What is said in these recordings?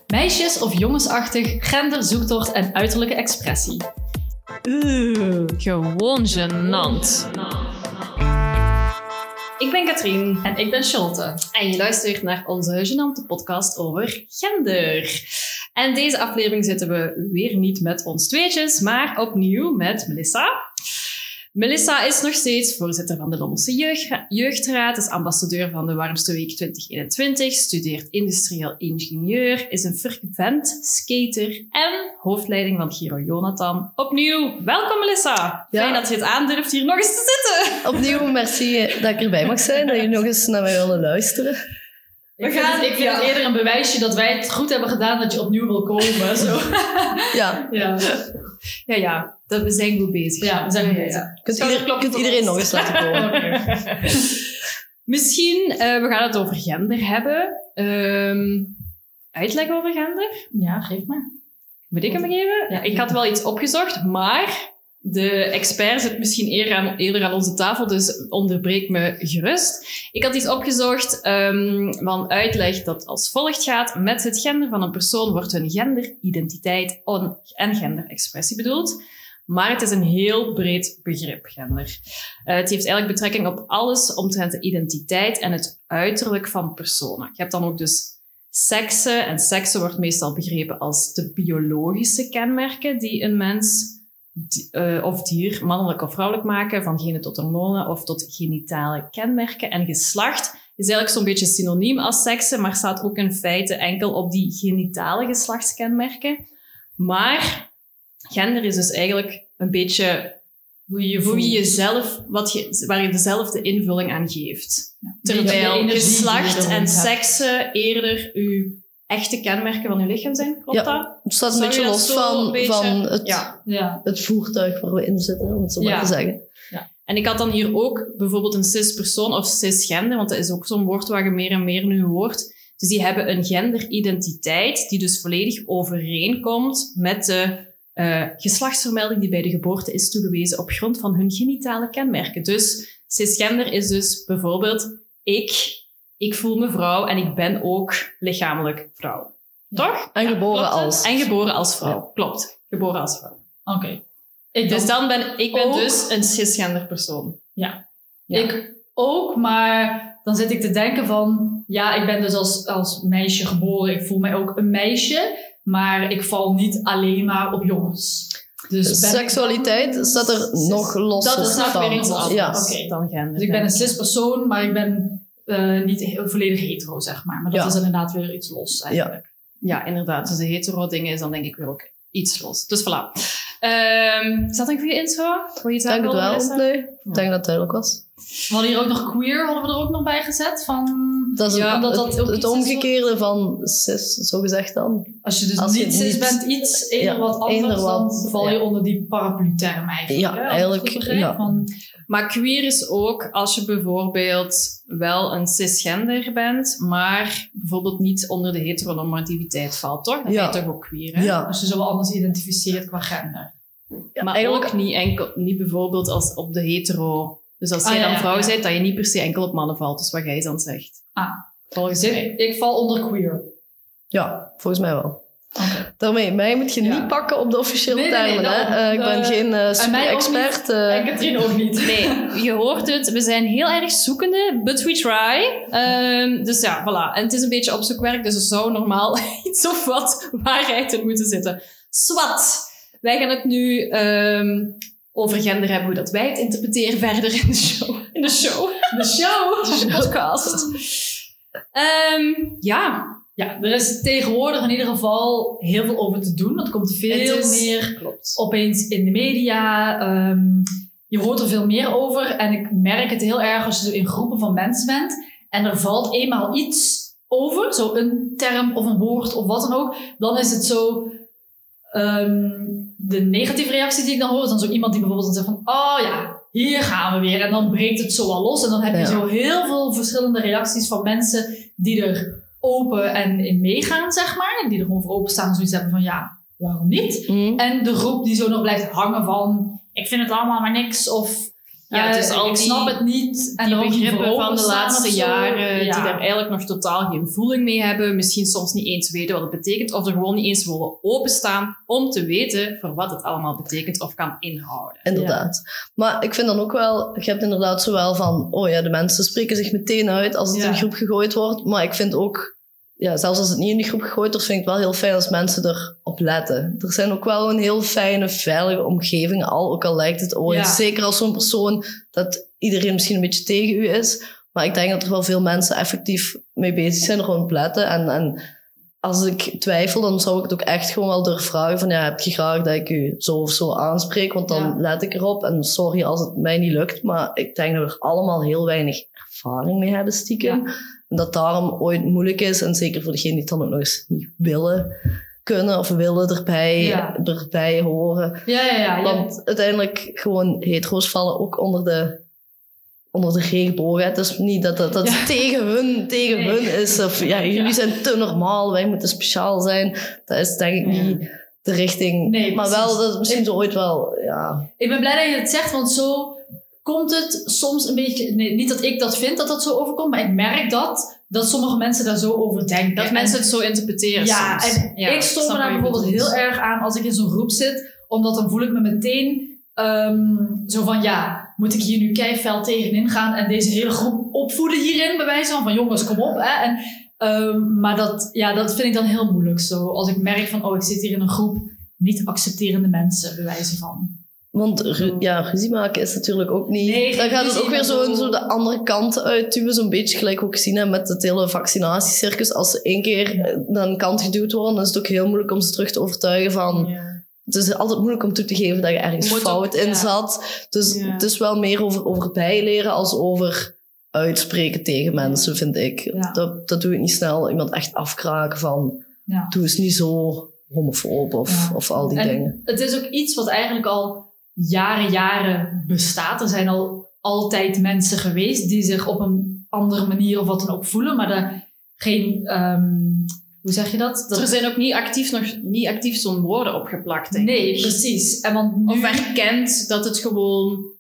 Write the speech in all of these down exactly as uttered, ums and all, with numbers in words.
Meisjes- of jongensachtig, gender, zoektocht en uiterlijke expressie. Oeh, gewoon gênant. Ik ben Katrien. En ik ben Charlotte. En je luistert naar onze gênante podcast over gender. En deze aflevering zitten we weer niet met ons tweetjes, maar opnieuw met Melissa. Melissa is nog steeds voorzitter van de Lommelse Jeugd- Jeugdraad, is ambassadeur van de Warmste Week twintig eenentwintig, studeert industrieel ingenieur, is een fervent skater en hoofdleiding van Giro Jonathan. Opnieuw, welkom Melissa. Ja. Fijn dat je het aandurft hier nog eens te zitten. Opnieuw, merci dat ik erbij mag zijn, dat jullie nog eens naar mij willen luisteren. Ik vind, het, ik vind het eerder een bewijsje dat wij het goed hebben gedaan dat je opnieuw wil komen. Zo. Ja, Ja. Ja, ja, dat, we zijn goed bezig. Ja, we zijn goed Ja, bezig. ja. kunt, Zou ieder, dat kloppen kunt voor iedereen ons? nog eens laten komen. Oké. Misschien, uh, we gaan het over gender hebben. Um, uitleg over gender? Ja, geef maar. Moet ik hem geven? Ja, ik had wel iets opgezocht, maar de expert zit misschien eerder aan, eerder aan onze tafel, dus onderbreek me gerust. Ik had iets opgezocht um, van uitleg dat als volgt gaat. Met het gender van een persoon wordt hun genderidentiteit on- en genderexpressie bedoeld. Maar het is een heel breed begrip, gender. Uh, het heeft eigenlijk betrekking op alles omtrent de identiteit en het uiterlijk van personen. Je hebt dan ook dus seksen. En seksen wordt meestal begrepen als de biologische kenmerken die een mens die, uh, of dier mannelijk of vrouwelijk maken, van genen tot hormonen of tot genitale kenmerken. En geslacht is eigenlijk zo'n beetje synoniem als seksen, maar staat ook in feite enkel op die genitale geslachtskenmerken. Maar gender is dus eigenlijk een beetje Hoe je je hoe je voelt. jezelf, wat je, waar je dezelfde invulling aan geeft. Beetje de Terwijl energie die je geslacht er en rond hebt. seksen eerder uw echte kenmerken van je lichaam zijn. Klopt Ja. dat? Het staat een Zou je beetje dat los zo van, een beetje- van het, Ja. Ja. het voertuig waar we in zitten, om het zo Ja. maar te zeggen. En ik had dan hier ook bijvoorbeeld een cispersoon of cisgender, want dat is ook zo'n woord waar je meer en meer nu hoort. Dus die hebben een genderidentiteit die dus volledig overeenkomt met de uh, geslachtsvermelding die bij de geboorte is toegewezen op grond van hun genitale kenmerken. Dus cisgender is dus bijvoorbeeld ik, ik voel me vrouw en ik ben ook lichamelijk vrouw. Toch? En geboren Klopt het? als. En geboren als vrouw. Ja. Klopt. Geboren als vrouw. Oké. Ik Dus dan- dan ben ik ben ook- dus een cisgender persoon. Ja. Ja. Ik ook, maar dan zit ik te denken van... Ja, ik ben dus als, als meisje geboren. Ik voel mij ook een meisje. Maar ik val niet alleen maar op jongens. Dus ben ik Seksualiteit dan- staat er nog los Dat is nog van. weer iets anders. Ja. Oké. Dan gender. Dus ik ben een cis-persoon, maar ik ben uh, niet heel, volledig hetero, zeg maar. Maar dat Ja. is inderdaad weer iets los eigenlijk. Ja, inderdaad. Dus de hetero-dingen is dan denk ik weer ook iets los. Dus voilà. Um, is dat een goede intro? Wil je het Ik denk het wel, wel. Melissa? Nee, ik denk dat het duidelijk was. We hadden hier ook nog queer, hadden we er ook nog bij gezet. Van, Dat is Ja, het, omdat dat het, ook het iets is omgekeerde van cis, zo gezegd dan. als je dus Als je niet cis niet- bent, iets, eender Ja, wat anders, eender wat, dan val je ja. onder die paraplu-term eigenlijk. Ja, hè, als ik het eigenlijk, goed begrijp. ja. Van, Maar queer is ook als je bijvoorbeeld wel een cisgender bent, maar bijvoorbeeld niet onder de heteronormativiteit valt, toch? Dan Ja. ben je toch ook queer, hè? Ja. als je zo wel anders identificeert qua gender. Ja, Maar eigenlijk- ook niet, enkel, niet bijvoorbeeld als op de hetero. Dus als Ah, jij ja, dan ja, vrouw ja. bent, dat je niet per se enkel op mannen valt. Dus wat jij dan zegt. Ah. Volgens Dus mij. ik, ik val onder queer. Ja, volgens mij wel. Oké. Daarmee, mij moet je Ja. niet pakken op de officiële Nee, nee, nee, termen. daarom. hè? Uh, ik ben Eh, geen uh, en super mij ook expert. niet. uh, En Katrien ook niet. Nee, je hoort het. We zijn heel erg zoekende, but we try. Um, dus ja, voilà. En het is een beetje opzoekwerk, dus er zou normaal iets of wat waarheid in moeten zitten. Swat. Wij gaan het nu um, over gender hebben, hoe dat wij het interpreteren verder in de show. In de show. De show. De podcast. Um, ja. Ja, er is tegenwoordig in ieder geval heel veel over te doen. Het komt veel Het is- meer Klopt. opeens in de media. Um, je hoort er veel meer over. En ik merk het heel erg als je zo in groepen van mensen bent. En er valt eenmaal iets over. Zo een term of een woord of wat dan ook. Dan is het zo... Um, de negatieve reactie die ik dan hoor is dan zo iemand die bijvoorbeeld dan zegt van... Oh ja, hier gaan we weer. En dan breekt het zo al los. En dan heb je Ja. zo heel veel verschillende reacties van mensen die er open en in meegaan, zeg maar. Die er gewoon voor openstaan en zoiets hebben van ja, waarom niet? mm, En de groep die zo nog blijft hangen van... Ik vind het allemaal maar niks. Of Ja, dus Uh, al ik die, snap het niet. En die er ook niet begrippen voor van de openstaan laatste of zo. jaren, Ja. die daar eigenlijk nog totaal geen voeling mee hebben, misschien soms niet eens weten wat het betekent, of er gewoon niet eens willen openstaan om te weten voor wat het allemaal betekent of kan inhouden. Inderdaad. Ja. Maar ik vind dan ook wel, je hebt inderdaad zowel van, oh ja, de mensen spreken zich meteen uit als het Ja. in de groep gegooid wordt, maar ik vind ook, ja, zelfs als het niet in de groep gegooid wordt, vind ik het wel heel fijn als mensen erop letten. Er zijn ook wel een heel fijne, veilige omgevingen, al, ook al lijkt het ooit. Ja. Zeker als zo'n persoon dat iedereen misschien een beetje tegen u is. Maar ik denk dat er wel veel mensen effectief mee bezig zijn, er gewoon op letten. En, en als ik twijfel, dan zou ik het ook echt gewoon wel durven vragen van, ja, heb je graag dat ik u zo of zo aanspreek? Want dan Ja. let ik erop. En sorry als het mij niet lukt, maar ik denk dat we er allemaal heel weinig ervaring mee hebben, stiekem. Ja. En dat daarom ooit moeilijk is. En zeker voor degenen die het dan ook nog eens niet willen kunnen of willen erbij, Ja. erbij horen. Ja, ja, ja. Want ja. uiteindelijk gewoon hetero's vallen ook onder de, onder de regenboog. Het is niet dat dat, dat Ja. tegen hun, tegen Nee. hun is. Of ja, jullie Ja. zijn te normaal, wij moeten speciaal zijn. Dat is denk ik Ja. niet de richting. Nee, maar precies. wel, dat is misschien zo ooit wel, ja. Ik ben blij dat je het zegt, want zo komt het soms een beetje... Nee, niet dat ik dat vind dat dat zo overkomt, maar ik merk dat, dat sommige mensen daar zo over denken. Dat En- mensen het zo interpreteren Ja, soms. en Ja, ik stoor snap me daar wat je bijvoorbeeld bedoelt. heel erg aan als ik in zo'n groep zit, omdat dan voel ik me meteen um, zo van, ja, moet ik hier nu keiveld tegenin gaan en deze hele groep opvoeden hierin, bij wijze van, van jongens, kom op. Hè? En, um, maar dat, ja, dat vind ik dan heel moeilijk zo. Als ik merk van, oh, ik zit hier in een groep niet accepterende mensen, bij wijze van. Want ru- ja, ruzie maken is natuurlijk ook niet... Nee, dan gaat het ruzie, ook weer maar zo, zo- zo de andere kant uitduwen. Zo'n beetje gelijk ook gezien hebben met het hele vaccinatiecircus. Als ze één keer Ja. eh, naar een kant geduwd worden, dan is het ook heel moeilijk om ze terug te overtuigen van... Ja. Het is altijd moeilijk om toe te geven dat je ergens Je moet fout ook- in ja. zat. Dus Ja. het is wel meer over, over bijleren als over uitspreken tegen mensen, vind ik. Ja. Dat, dat doe ik niet snel. Iemand echt afkraken van... Ja. Doe eens niet zo homofoob of, Ja. of al die En dingen. het is ook iets wat eigenlijk al jaren, jaren bestaat. Er zijn al altijd mensen geweest die zich op een andere manier of wat dan ook voelen, maar daar geen, um, hoe zeg je dat? dat Er zijn ook niet actief, nog niet actief zo'n woorden opgeplakt, denk nee, ik. precies. En want nu, Of erkent dat het gewoon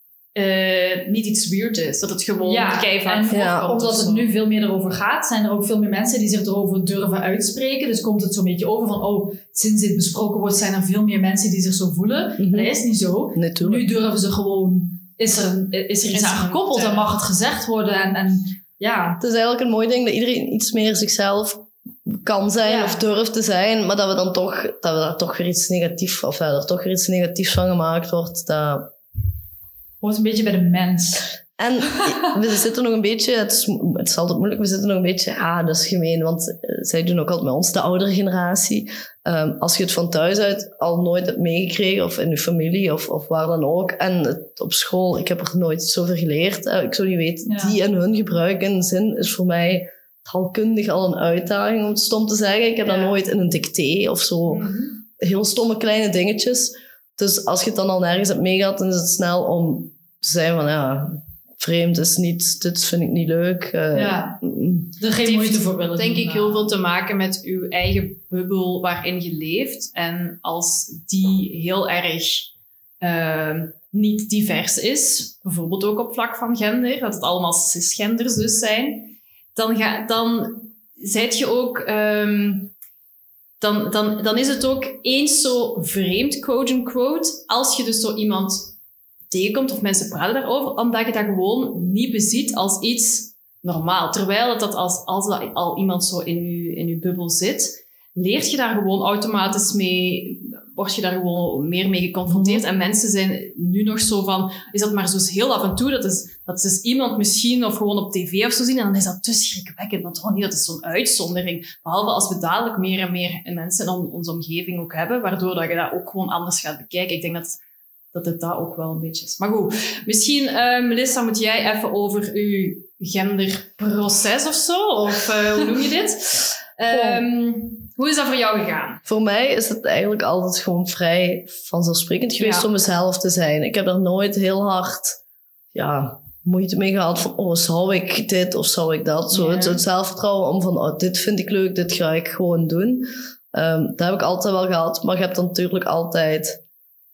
uh, niet iets weird is. Dat het gewoon ja, keivaak en voorkomt. Ja, omdat of het zo. nu veel meer erover gaat, zijn er ook veel meer mensen die zich erover durven uitspreken. Dus komt het zo'n beetje over van, oh, sinds dit besproken wordt, zijn er veel meer mensen die zich zo voelen. Mhm. Dat is niet zo. Natuurlijk. Nu durven ze gewoon, is er, een, is er iets Is er aan een- gekoppeld en mag het gezegd worden. En, en ja, Het is eigenlijk een mooi ding dat iedereen iets meer zichzelf kan zijn Ja. of durft te zijn, maar dat we dan toch, dat we daar toch weer iets negatiefs, of ja, er toch weer iets negatiefs van gemaakt wordt. Dat... hoort een beetje bij de mens. En we zitten nog een beetje, het is, het is altijd moeilijk, we zitten nog een beetje, ah, dat is gemeen, want uh, zij doen ook altijd met ons, de oudere generatie. Um, als je het van thuis uit al nooit hebt meegekregen, of in je familie, of, of waar dan ook, en het op school, ik heb er nooit iets over geleerd, uh, ik zou niet weten, Ja. die en hun gebruik in zin is voor mij taalkundig al een uitdaging, om het stom te zeggen. Ik heb Ja. dat nooit in een dicté of zo, Mm-hmm. heel stomme kleine dingetjes. Dus als je het dan al nergens hebt meegehad, dan is het snel om te zijn van, ja, vreemd is niet, dit vind ik niet leuk. Uh, Ja. mm, Er geen moeite voor willen denk doen, ik maar- heel veel te maken met uw eigen bubbel waarin je leeft. En als die heel erg uh, niet divers is, bijvoorbeeld ook op vlak van gender, dat het allemaal cisgenders dus zijn, dan, ga, dan zijt je ook... Um, dan, dan, dan is het ook eens zo vreemd, quote-unquote, als je dus zo iemand tegenkomt of mensen praten daarover, omdat je dat gewoon niet beziet als iets normaal. Terwijl het dat als, als dat al iemand zo in je, in je bubbel zit, leert je daar gewoon automatisch mee, word je daar gewoon meer mee geconfronteerd. En mensen zijn nu nog zo van, is dat maar zo heel af en toe, dat is, dat is iemand misschien of gewoon op tv of zo zien, en dan is dat te schrikwekkend, want oh nee, dat is zo'n uitzondering. Behalve als we dadelijk meer en meer mensen in onze omgeving ook hebben, waardoor dat je dat ook gewoon anders gaat bekijken. Ik denk dat dat het daar ook wel een beetje is. Maar goed, misschien, uh, Melissa, moet jij even over uw genderproces of zo? Of uh, hoe noem je dit? Um, hoe is dat voor jou gegaan? Voor mij is het eigenlijk altijd gewoon vrij vanzelfsprekend geweest Ja. om mezelf te zijn. Ik heb er nooit heel hard ja, moeite mee gehad van, oh, zou ik dit of zou ik dat? Zo, Ja. het, het zelfvertrouwen om van, oh, dit vind ik leuk, dit ga ik gewoon doen. Um, dat heb ik altijd wel gehad, maar je hebt dan natuurlijk altijd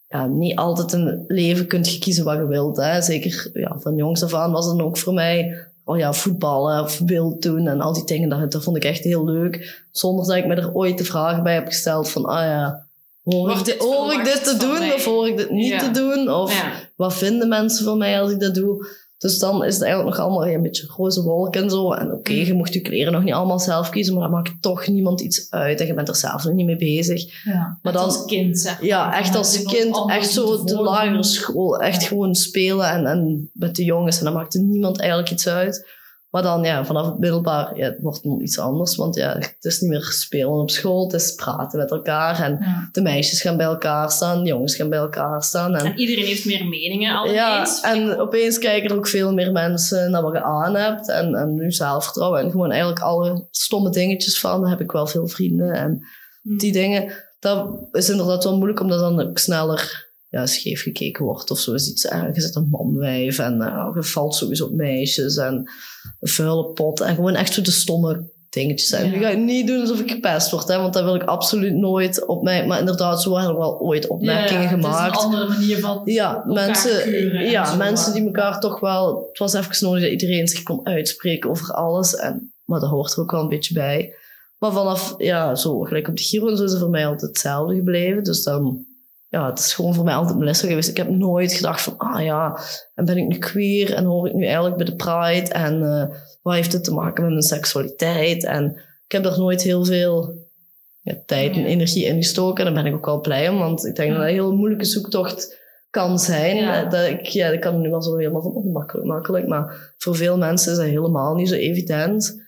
ja, niet altijd in het leven kunt je kiezen wat je wilt. Hè. Zeker ja, van jongs af aan was het dan ook voor mij... Oh ja, voetballen of wild doen en al die dingen, dat, dat vond ik echt heel leuk. Zonder dat ik me er ooit de vraag bij heb gesteld van, ah ja, hoor ik, dit, hoor ik dit te doen mij? Of hoor ik dit niet ja. te doen? Of ja. wat vinden mensen van mij als ik dat doe? Dus dan is het eigenlijk nog allemaal een beetje roze wolk en zo. En oké, okay, je mocht je kleren nog niet allemaal zelf kiezen, maar dan maakt toch niemand iets uit en je bent er zelf nog niet mee bezig. Ja, maar dan, als kind, zeg maar. Ja, echt als kind, echt zo de lagere school, echt ja. gewoon spelen en, en met de jongens. En dan maakte niemand eigenlijk iets uit. Maar dan, ja, vanaf het middelbaar, ja, het wordt dan iets anders. Want ja, het is niet meer spelen op school, het is praten met elkaar. En ja. de meisjes gaan bij elkaar staan, de jongens gaan bij elkaar staan. En, en iedereen heeft meer meningen al ja, eens. En opeens kijken er ook veel meer mensen naar wat je aan hebt. En, en nu zelfvertrouwen. En gewoon eigenlijk alle stomme dingetjes van. Dan heb ik wel veel vrienden. En hmm. die dingen, dat is inderdaad wel moeilijk, omdat dan ook sneller... ja, scheef gekeken wordt of zo is iets. Uh, je zit een manwijf en uh, je valt sowieso op meisjes en een vuile pot en gewoon echt zo de stomme dingetjes. En ja. nu ga ik niet doen alsof ik gepest word, hè, want dat wil ik absoluut nooit op mij. Maar inderdaad, zo worden er wel ooit opmerkingen ja, gemaakt. Het is een andere manier van ja, mensen, ja, zo, mensen die elkaar toch wel... Het was even nodig dat iedereen zich kon uitspreken over alles. En, maar dat hoort er ook wel een beetje bij. Maar vanaf, ja, zo gelijk op de Giro en zo is het voor mij altijd hetzelfde gebleven. Dus dan... ja, het is gewoon voor mij altijd Melissa geweest. Ik heb nooit gedacht van, ah ja, en ben ik nu queer en hoor ik nu eigenlijk bij de Pride en uh, wat heeft het te maken met mijn seksualiteit? En ik heb daar nooit heel veel ja, tijd en energie in gestoken. En daar ben ik ook wel blij om, want ik denk dat dat een heel moeilijke zoektocht kan zijn. Ja. Dat ik, ja, dat kan er nu wel zo helemaal van ongemakkelijk, makkelijk, maar voor veel mensen is dat helemaal niet zo evident.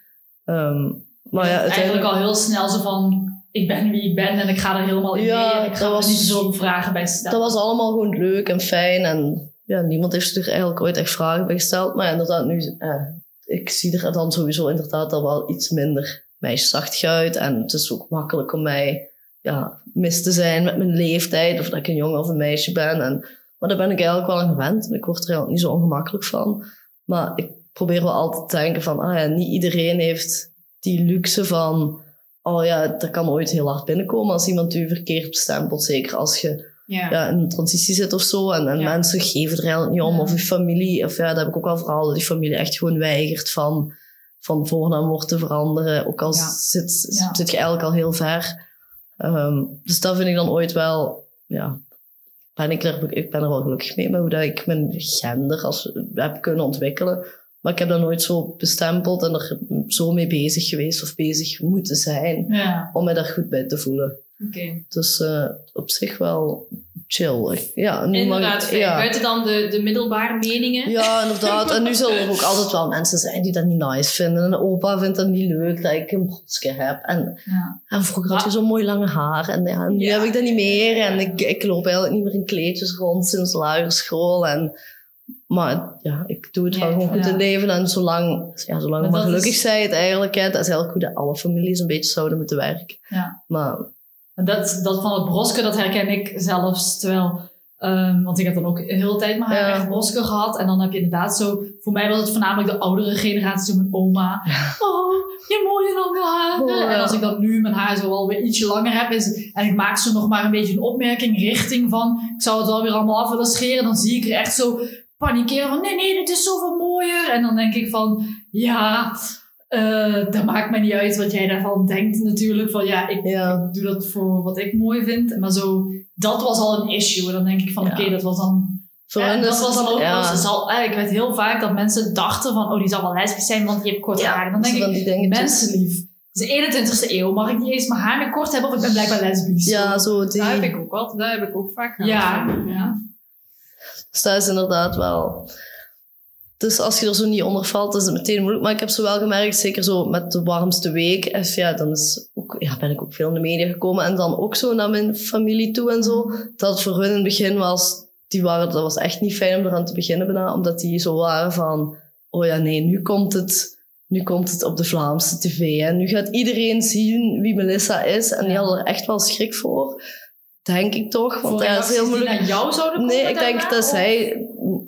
Um, maar ja, ja, eigenlijk al heel snel zo van... ik ben wie ik ben en ik ga er helemaal in ja, mee. En ik ga er niet zo vragen bij stellen. Dat was allemaal gewoon leuk en fijn. En ja, niemand heeft er eigenlijk ooit echt vragen bij gesteld. Maar ja, inderdaad, nu... Eh, ik zie er dan sowieso inderdaad al wel iets minder meisjesachtig uit. En het is ook makkelijk om mij ja, mis te zijn met mijn leeftijd. Of dat ik een jongen of een meisje ben. En, maar daar ben ik eigenlijk wel aan gewend. Ik word er eigenlijk niet zo ongemakkelijk van. Maar ik probeer wel altijd te denken van... ah ja, niet iedereen heeft die luxe van... oh ja, dat kan ooit heel hard binnenkomen als iemand u verkeerd bestempelt. Zeker als je ja. Ja, in een transitie zit of zo. En, en ja. mensen geven er eigenlijk niet om. Ja. Of je familie. Of ja, dat heb ik ook al verhaal. Dat die familie echt gewoon weigert van, van voornaamwoord te veranderen. Ook al ja. zit, ja. zit je eigenlijk al heel ver. Um, dus dat vind ik dan ooit wel... ja, ben ik, er, ik ben er wel gelukkig mee. Met hoe dat ik mijn gender als, heb kunnen ontwikkelen. Maar ik heb dat nooit zo bestempeld en er zo mee bezig geweest of bezig moeten zijn ja. om me daar goed bij te voelen. Okay. Dus uh, op zich wel chill. Ja, nu inderdaad, mag, fijn. Ja. Buiten dan de, de middelbare meningen. Ja, inderdaad. En nu zullen er ook altijd wel mensen zijn die dat niet nice vinden. En opa vindt dat niet leuk dat ik een broske heb. En, ja. en vroeger had je zo'n mooi lange haar. En ja, nu ja. heb ik dat niet meer. En ik, ik loop eigenlijk niet meer in kleedjes rond sinds de lagere school. En... maar ja, ik doe het wel ja, gewoon goed ja. in leven. En zolang, ja, zolang maar, maar gelukkig is... zijn het eigenlijk. Hè, dat is eigenlijk hoe dat alle families een beetje zouden moeten werken. Ja. Maar... en dat, dat van het broske, dat herken ik zelfs. Terwijl, um, want ik heb dan ook de hele tijd mijn haar ja. echt broske gehad. En dan heb je inderdaad zo... voor mij was het voornamelijk de oudere generatie. Zo mijn oma. Ja. Oh, je mooie lange haren. Oh, ja. En als ik dan nu mijn haar zo alweer ietsje langer heb. Is, en ik maak zo nog maar een beetje een opmerking richting van... ik zou het wel weer allemaal af willen scheren. Dan zie ik er echt zo... panikeren van nee, nee, dit is zoveel mooier. En dan denk ik van, ja, uh, dat maakt mij niet uit wat jij daarvan denkt natuurlijk. Van ja, ik, ja. ik doe dat voor wat ik mooi vind. Maar zo, dat was al een issue. En dan denk ik van, ja. oké, okay, dat was dan... voor ja, hen dat is was dan ook... ja. Zal, ik weet heel vaak dat mensen dachten van, oh, die zal wel lesbisch zijn, want die heeft kort ja, haar. En dan denk ik, mensenlief. Het is de eenentwintigste eeuw. Mag ik niet eens mijn haar meer kort hebben of ik ben blijkbaar lesbisch? Ja, zo die... dat heb ik ook altijd. Dat heb ik ook vaak gehad. Ja, ja. Dus dat is inderdaad wel... dus als je er zo niet onder valt, is het meteen moeilijk. Maar ik heb zo wel gemerkt, zeker zo met de warmste week. En ja, dan is ook, ja, ben ik ook veel in de media gekomen. En dan ook zo naar mijn familie toe en zo. Dat het voor hun in het begin was... die waren, dat was echt niet fijn om eraan te beginnen bijna. Omdat die zo waren van... oh ja, nee, nu komt het... nu komt het op de Vlaamse tv. En nu gaat iedereen zien wie Melissa is. En die hadden er echt wel schrik voor. Denk ik toch. Want dat is heel moeilijk. Die naar jou zouden komen? Nee, ik denk dat zij...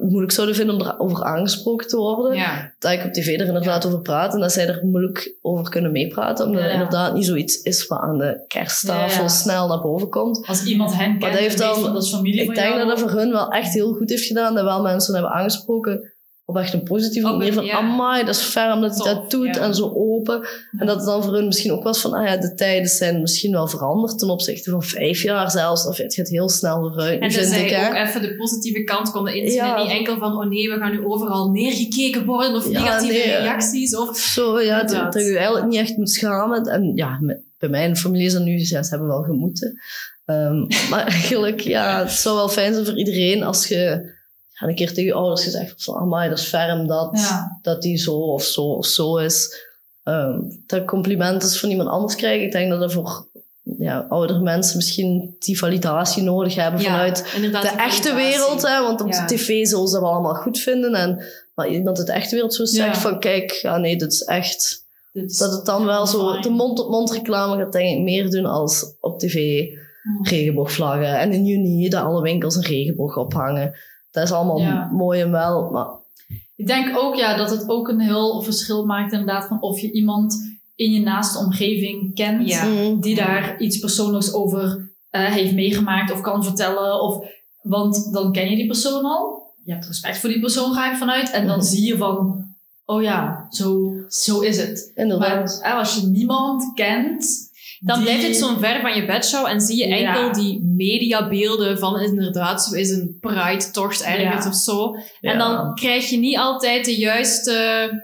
moeilijk zouden vinden om erover aangesproken te worden. Ja. Dat ik op tv er inderdaad Ja. over praat en dat zij er moeilijk over kunnen meepraten. Omdat Ja. het inderdaad niet zoiets is wat aan de kersttafel Ja, ja. snel naar boven komt. Als iemand hen kent, dat heeft en weet dan- van, dat is familie Ik van denk jou. dat dat voor hun wel echt heel goed heeft gedaan. Dat wel mensen hebben aangesproken op echt een positieve Op een- manier. Van, ja. amai, dat is ferm dat hij Tof, dat doet ja. en zo open. Ja. En dat het dan voor hun misschien ook was van, ah ja, de tijden zijn misschien wel veranderd ten opzichte van vijf jaar zelfs. Of het gaat heel snel vooruit, En dat vind ik. zij Hè. ook even de positieve kant konden inzien. Ja. En niet enkel van, oh nee, we gaan nu overal neergekeken worden. Of Ja, negatieve nee, reacties. Of... Zo, ja, dat, Inderdaad. dat je je eigenlijk niet echt moet schamen. En ja, met- bij mijn familie is dat nu, ja, ze hebben wel gemoeten. Um, maar eigenlijk, ja, het zou wel fijn zijn voor iedereen als je ja, een keer tegen je ouders gezegd hebt van, amai, dat is ferm dat, Ja. dat die zo of zo of zo is. Um, dat complimenten van iemand anders krijgen. Ik denk dat er voor ja, oudere mensen misschien die validatie nodig hebben vanuit inderdaad, de die echte validatie. wereld. Hè, want op Ja. de tv zullen ze dat wel allemaal goed vinden. En, maar iemand uit de echte wereld zo zegt Ja. van, kijk, ja, nee, dit is echt... Dit is- Dat het dan wel zo de mond-tot-mond reclame gaat denk ik meer doen als op tv regenboogvlaggen. En in juni dat alle winkels een regenboog ophangen. Dat is allemaal Ja. mooi en wel, maar Ik denk ook ja, dat het ook een heel verschil maakt inderdaad van of je iemand in je naaste omgeving kent Ja. mm, die daar iets persoonlijks over eh, heeft meegemaakt of kan vertellen. Of, want dan ken je die persoon al. Je hebt respect voor die persoon, ga ik vanuit. En dan Mhm. zie je van, oh ja, zo, zo is het. inderdaad. Maar eh, als je niemand kent... Dan die- blijft het zo'n ver van je bedshow en zie je Ja. enkel die mediabeelden van inderdaad, zo is een Pride-tocht ergens Ja. of zo. Ja. En dan krijg je niet altijd de juiste,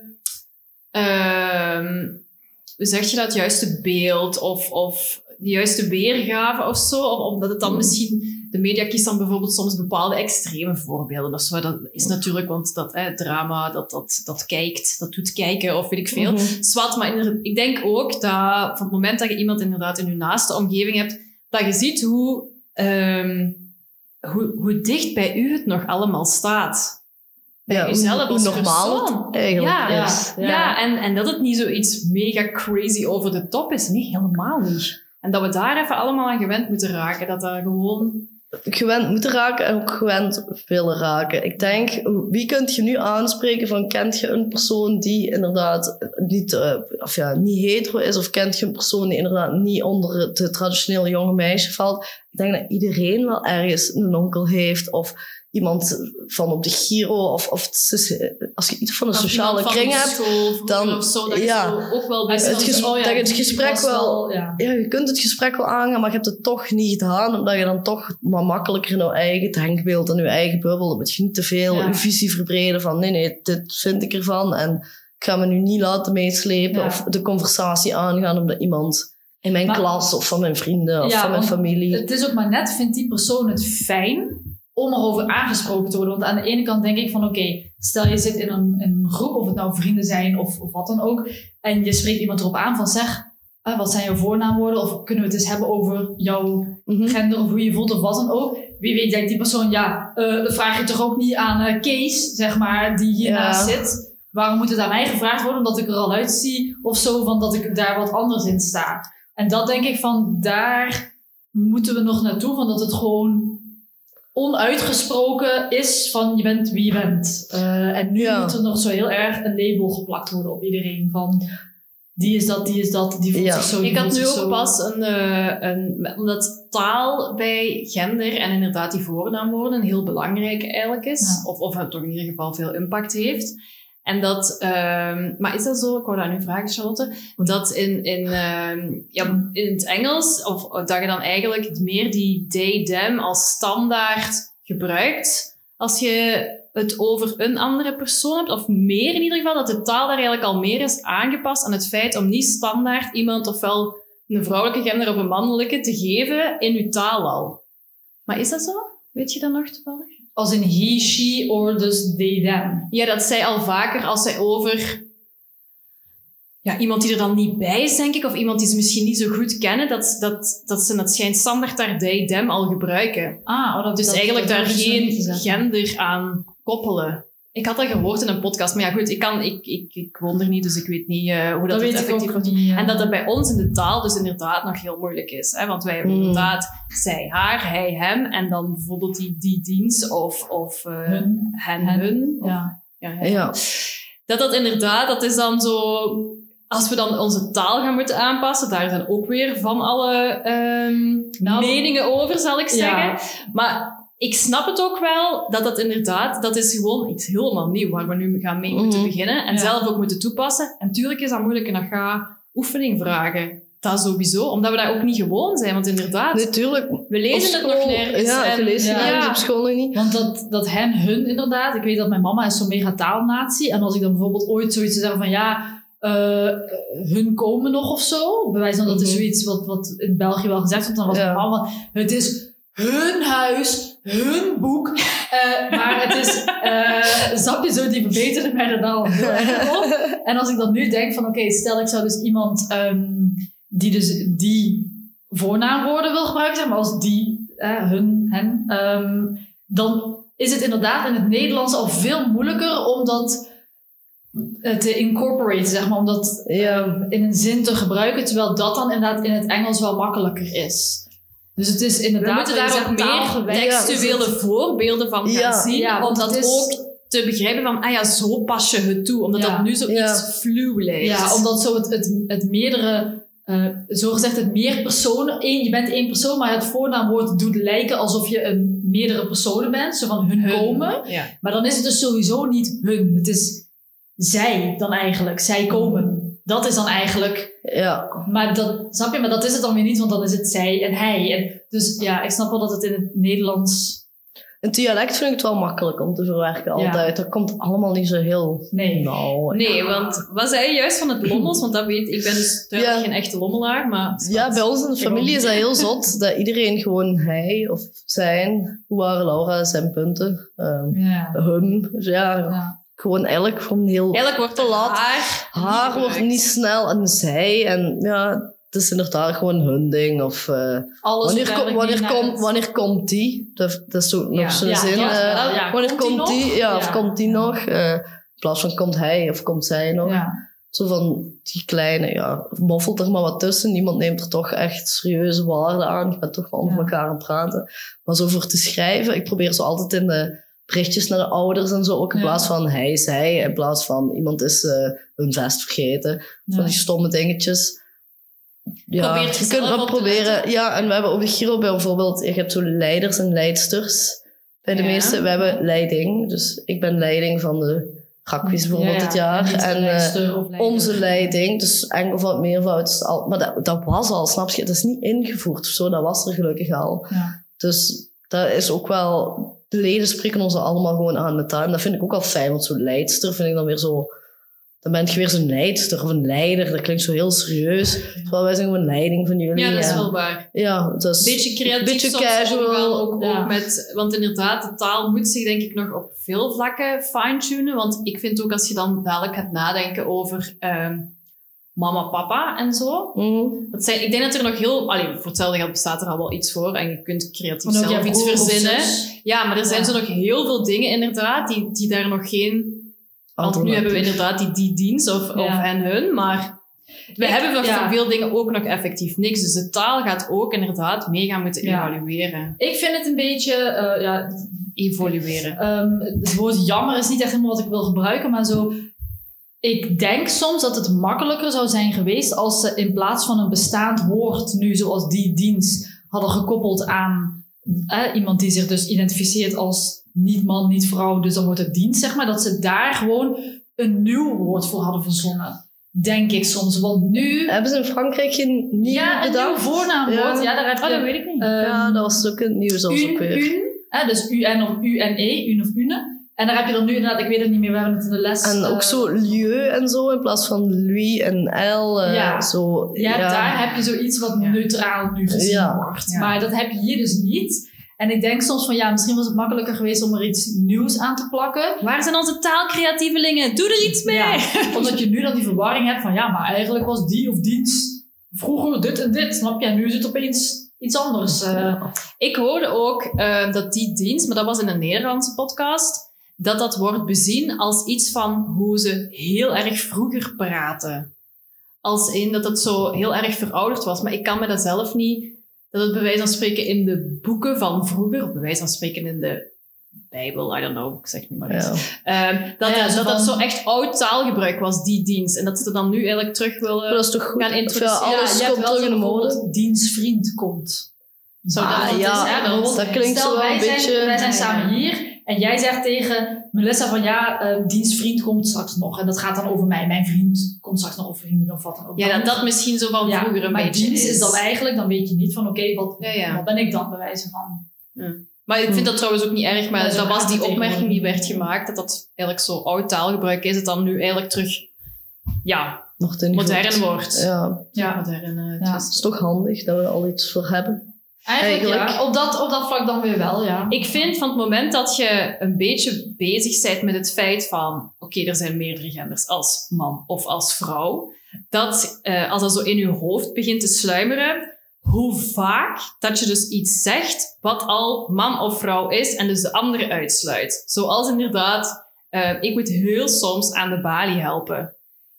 ehm hoe zeg je dat, juiste beeld of, of de juiste weergave of zo. Of, omdat het dan Mm. misschien, de media kiest dan bijvoorbeeld soms bepaalde extreme voorbeelden of zo. Dat is natuurlijk, want dat eh, drama, dat, dat, dat kijkt, dat doet kijken of weet ik veel. Mhm. Zwat, maar inderdaad, ik denk ook dat van het moment dat je iemand inderdaad in je naaste omgeving hebt, dat je ziet hoe, ehm hoe, hoe dicht bij u het nog allemaal staat. Bij Ja, uzelf hoe als normaal persoon. het eigenlijk Ja, is. Ja, ja en, en dat het niet zoiets mega crazy over de top is. Nee, helemaal niet. En dat we daar even allemaal aan gewend moeten raken. Dat dat gewoon... Gewend moeten raken en ook gewend willen raken. Ik denk, wie kunt je nu aanspreken van, kent je een persoon die inderdaad niet, uh, of ja, niet hetero is, of kent je een persoon die inderdaad niet onder het traditionele jonge meisje valt? Ik denk dat iedereen wel ergens een onkel heeft, of iemand van op de Giro, of, of als je iets van een Of sociale iemand van kring je hebt, school, dan- of zo, dat ja. je zo ook wel Het wist het van- ges- oh ja, dat je het die gesprek was wel- ja. ja, je kunt het gesprek wel aangaan, maar je hebt het toch niet gedaan, omdat je dan toch maar makkelijker in je eigen denkbeeld en je eigen bubbel, dan moet je niet te veel Ja. je visie verbreden van, nee, nee, dit vind ik ervan en ik ga me nu niet laten meeslepen Ja. of de conversatie aangaan omdat iemand in mijn Maar- klas of van mijn vrienden of Ja, van mijn want familie. Het is ook maar net, vindt die persoon het fijn om erover aangesproken te worden. Want aan de ene kant denk ik van, oké, stel je zit in een, in een groep, of het nou vrienden zijn of, of wat dan ook, en je spreekt iemand erop aan van, zeg, eh, wat zijn jouw voornaamwoorden? Of kunnen we het eens hebben over jouw Mhm. gender of hoe je voelt of wat dan ook? Wie weet denkt die persoon, ja, eh dat vraag je toch ook niet aan eh, Kees, zeg maar, die hiernaast Ja. zit. Waarom moet het aan mij gevraagd worden? Omdat ik er al uitzie of zo, van dat ik daar wat anders in sta. En dat denk ik van, daar moeten we nog naartoe, van dat het gewoon onuitgesproken is van je bent wie je bent. Uh, en nu Ja. moet er nog zo heel erg een label geplakt worden op iedereen van die is dat, die is dat, die voelt Ja. zich zo, die Ik had voelt nu zich ook zo. pas een, uh, een... Omdat taal bij gender en inderdaad die voornaamwoorden heel belangrijk eigenlijk is. Ja. Of, of het toch in ieder geval veel impact heeft. En dat... Um, maar is dat zo? Ik wou dat nu vragen, Charlotte. Dat in, in, um, ja, in het Engels, of, of dat je dan eigenlijk meer die they, them als standaard gebruikt. Als je het over een andere persoon hebt, of meer in ieder geval, dat de taal daar eigenlijk al meer is aangepast aan het feit om niet standaard iemand ofwel een vrouwelijke gender of een mannelijke te geven in uw taal al. Maar is dat zo? Weet je dat nog toevallig? Als in he, she, or dus they, them. Ja, dat zij al vaker, als zij over ja, iemand die er dan niet bij is, denk ik, of iemand die ze misschien niet zo goed kennen, dat, dat, dat ze het schijnt standaard daar they, them al gebruiken. Ah, oh, dat, Dus dat, eigenlijk dat daar durf ik zo niet te geen zeggen. gender aan koppelen. Ik had dat gehoord in een podcast, maar ja goed, ik, kan, ik, ik, ik woon er niet, dus ik weet niet uh, hoe dat, dat het weet effectief ik ook wordt. niet. Ja. En dat het bij ons in de taal dus inderdaad nog heel moeilijk is. Hè? Want wij hebben Mm. inderdaad zij, haar, hij, hem. En dan bijvoorbeeld die, die dienst of, of uh, Hun. hen, Hen. hun. Of, Ja. ja, hen. Ja. Dat dat inderdaad, dat is dan zo... Als we dan onze taal gaan moeten aanpassen, daar zijn ook weer van alle um, Nou, meningen over, zal ik zeggen. Ja. Maar ik snap het ook wel, dat dat inderdaad, dat is gewoon iets helemaal nieuw, waar we nu gaan mee moeten Mhm. beginnen. En Ja. zelf ook moeten toepassen. En natuurlijk is dat moeilijk en dat gaat oefening vragen. Dat sowieso, omdat we daar ook niet gewoon zijn. Want inderdaad, Natuurlijk. we lezen het nog nergens. Ja, en, je leest het ja. nergens op school nog niet. Want dat, dat hen, hun inderdaad. Ik weet dat mijn mama is zo'n mega taalnatie. En als ik dan bijvoorbeeld ooit zoiets zou zeggen van ja, uh, hun komen nog of zo. Bij wijze van dat is Mhm. zoiets wat, wat in België wel gezegd wordt. Dan was Ja. mijn mama van, het is hun huis, hun boek. Uh, maar het is, uh, snap je zo, die verbeterde mij er dan al heel erg op. En als ik dan nu denk van oké, okay, stel ik zou dus iemand um, die dus die voornaamwoorden wil gebruiken, zeg maar als die, uh, hun, hen, um, dan is het inderdaad in het Nederlands al veel moeilijker om dat uh, te incorporaten, zeg maar, om dat Ja. um, in een zin te gebruiken, terwijl dat dan inderdaad in het Engels wel makkelijker is. Dus het is inderdaad... we moeten wat je daar zegt, ook taal meer gewerkt. textuele Ja, voorbeelden van gaan Ja. zien. Ja, om want dat het is- ook te begrijpen van, ah ja, zo pas je het toe. Omdat Ja. dat nu zoiets Ja. fluw lijkt. Ja, omdat zo het, het, het meerdere... Uh, zo gezegd, het meer personen... Één, je bent één persoon, maar het voornaamwoord doet lijken alsof je een meerdere personen bent. Zo van hun, Hun. komen. Ja. Maar dan is het dus sowieso niet hun. Het is zij dan eigenlijk. Zij komen. Dat is dan eigenlijk... Ja. Maar dat, snap je? Maar dat is het dan weer niet, want dan is het zij en hij. En dus ja, ik snap wel dat het in het Nederlands... Een dialect vind ik het wel makkelijk om te verwerken altijd. Dat komt allemaal niet zo heel Nee. nauw. Nee, want wat zei je juist van het lommels? Want dat weet ik, ben dus duidelijk Ja. geen echte lommelaar, maar... Ja, bij ons in de familie is dat heel zot. Dat iedereen gewoon hij of zijn, hoe waren Laura, zijn punten, um, Ja. hun. Dus ja, Ja. gewoon eigenlijk gewoon heel... Eigenlijk wordt te er laat. haar... Haar wordt gebruikt. niet snel en zij. En ja, het is inderdaad gewoon hun ding. Of uh, Alles wanneer, wordt ko- eigenlijk wanneer, niet naar komt, het- wanneer komt die? Dat, dat is ook nog Ja. zo'n Ja, zin. dat eh, wel, ja. Wanneer Komt die komt die? nog? Ja, of Ja. komt die nog? Uh, in plaats van komt hij of komt zij nog? Ja. Zo van die kleine, ja, moffelt er maar wat tussen. Niemand neemt er toch echt serieuze waarde aan. Je bent toch wel onder Ja. elkaar aan het praten. Maar zo voor te schrijven, ik probeer zo altijd in de berichtjes naar de ouders en zo, ook in Ja. plaats van hij, zij, in plaats van iemand is uh, hun vest vergeten. Van die stomme dingetjes. Ja, Probeert je jezelf kunt wel op te proberen. letten. Ja, en we hebben op de Giro bijvoorbeeld, je hebt zo leiders en leidsters. Bij de Ja. meeste, we hebben leiding. Dus ik ben leiding van de Gakwies bijvoorbeeld dit jaar. niet En, de uh, leidster of leider. onze leiding, dus enkel van het meervoud. is al- Maar dat, dat was al, snap je? Dat is niet ingevoerd of zo, dat was er gelukkig al. Ja. Dus dat is ook wel... De leden spreken ons allemaal gewoon aan met dat. En dat vind ik ook al fijn, want zo'n leidster vind ik dan weer zo... Dan ben je weer zo'n leidster of een leider. Dat klinkt zo heel serieus. Terwijl wij zijn gewoon leiding van jullie. Ja, dat is en- wel waar. Ja, dat is... Beetje creatief beetje soms casual. omgaan, ook, Ja. ook met... Want inderdaad, de taal moet zich denk ik nog op veel vlakken fine-tunen. Want ik vind ook als je dan dadelijk gaat nadenken over ehm, mama, papa en zo. Mhm. Dat zijn, ik denk dat er nog heel... Allee, voor hetzelfde geld bestaat er al wel iets voor. En je kunt creatief En ook zelf jouw iets broer of verzinnen. zus. Ja, maar er zijn Ja. zo nog heel veel dingen inderdaad die, die daar nog geen... Want nu hebben we inderdaad die, die dienst of, Ja. of en hun, maar we Ik- hebben nog ja. voor veel dingen ook nog effectief niks. Dus de taal gaat ook inderdaad mee gaan moeten Ja. evalueren. Ik vind het een beetje... Uh, ja, Evolueren. um, het woord jammer is niet echt helemaal wat ik wil gebruiken, maar zo... Ik denk soms dat het makkelijker zou zijn geweest als ze in plaats van een bestaand woord nu zoals die dienst hadden gekoppeld aan eh, iemand die zich dus identificeert als niet man, niet vrouw, dus dan wordt het dienst, zeg maar, dat ze daar gewoon een nieuw woord voor hadden verzonnen. Denk ik soms, want nu... Hebben ze in Frankrijk geen nieuw Ja, een nieuw bedacht? voornaamwoord. Ja, Ja. daar heb je... Oh, dat weet ik niet. ehm, Ja, dat was ook een nieuws als ook Un, weer. un, hè, dus U N of U N E, un of une. En daar heb je dan nu inderdaad, ik weet het niet meer, we hebben het in de les... En ook eh, zo lieu en zo, in plaats van lui en l. Uh, Ja. Zo, Ja, ja, daar heb je zoiets wat Ja. neutraal nu gezien Ja. wordt. Ja. Maar dat heb je hier dus niet. En ik denk soms van, ja, misschien was het makkelijker geweest om er iets nieuws aan te plakken. Waar zijn onze taalcreatievelingen? Doe er iets mee! Ja, omdat je nu dan die verwarring hebt van, ja, maar eigenlijk was die of dienst vroeger dit en dit, snap je? En nu is het opeens iets anders. Uh, Ik hoorde ook uh, dat die dienst, maar dat was in een Nederlandse podcast, dat dat wordt bezien als iets van hoe ze heel erg vroeger praten. Als in dat het zo heel erg verouderd was. Maar ik kan me dat zelf niet... Dat het bij wijze van spreken in de boeken van vroeger, of bij wijze van spreken in de Bijbel, I don't know, ik zeg niet maar iets. Ja. Um, dat ja, dat, zo, dat van... zo echt oud taalgebruik was, die dienst. En dat ze er dan nu eigenlijk terug willen dat is toch goed? gaan introduceren. Ja, alles ja, komt terug in de mode. Dienstvriend komt. Zou ah, dat ja, is, hè, dat, dat klinkt Stel, zo wel wij een zijn, beetje... Wij zijn ja, samen ja. hier en jij zegt tegen Melissa van ja, uh, dienstvriend komt straks nog. En dat gaat dan over mij. Mijn vriend komt straks nog, of vrienden of wat dan ook. Ja, dat dat misschien zo van ja, vroeger een maar beetje dienst is. is dan eigenlijk, dan weet je niet van oké, okay, wat, ja, ja. wat ben ik dan bij wijze van. Ja. Maar ik vind dat trouwens ook niet erg, maar Ja, dat was die opmerking die werd ja. gemaakt, dat dat eigenlijk zo oud taalgebruik is, dat dan nu eigenlijk terug, ja, Nog modern wordt. Ja, Ja. Modern, uh, Ja. het is toch handig dat we er al iets voor hebben. Eigenlijk, Eigenlijk. ja, op dat, op dat vlak dan weer wel, ja. Ik vind van het moment dat je een beetje bezig bent met het feit van, oké, okay, er zijn meerdere genders als man of als vrouw, dat uh, als dat zo in je hoofd begint te sluimeren, hoe vaak dat je dus iets zegt wat al man of vrouw is en dus de andere uitsluit. Zoals inderdaad, uh, ik moet heel soms aan de balie helpen.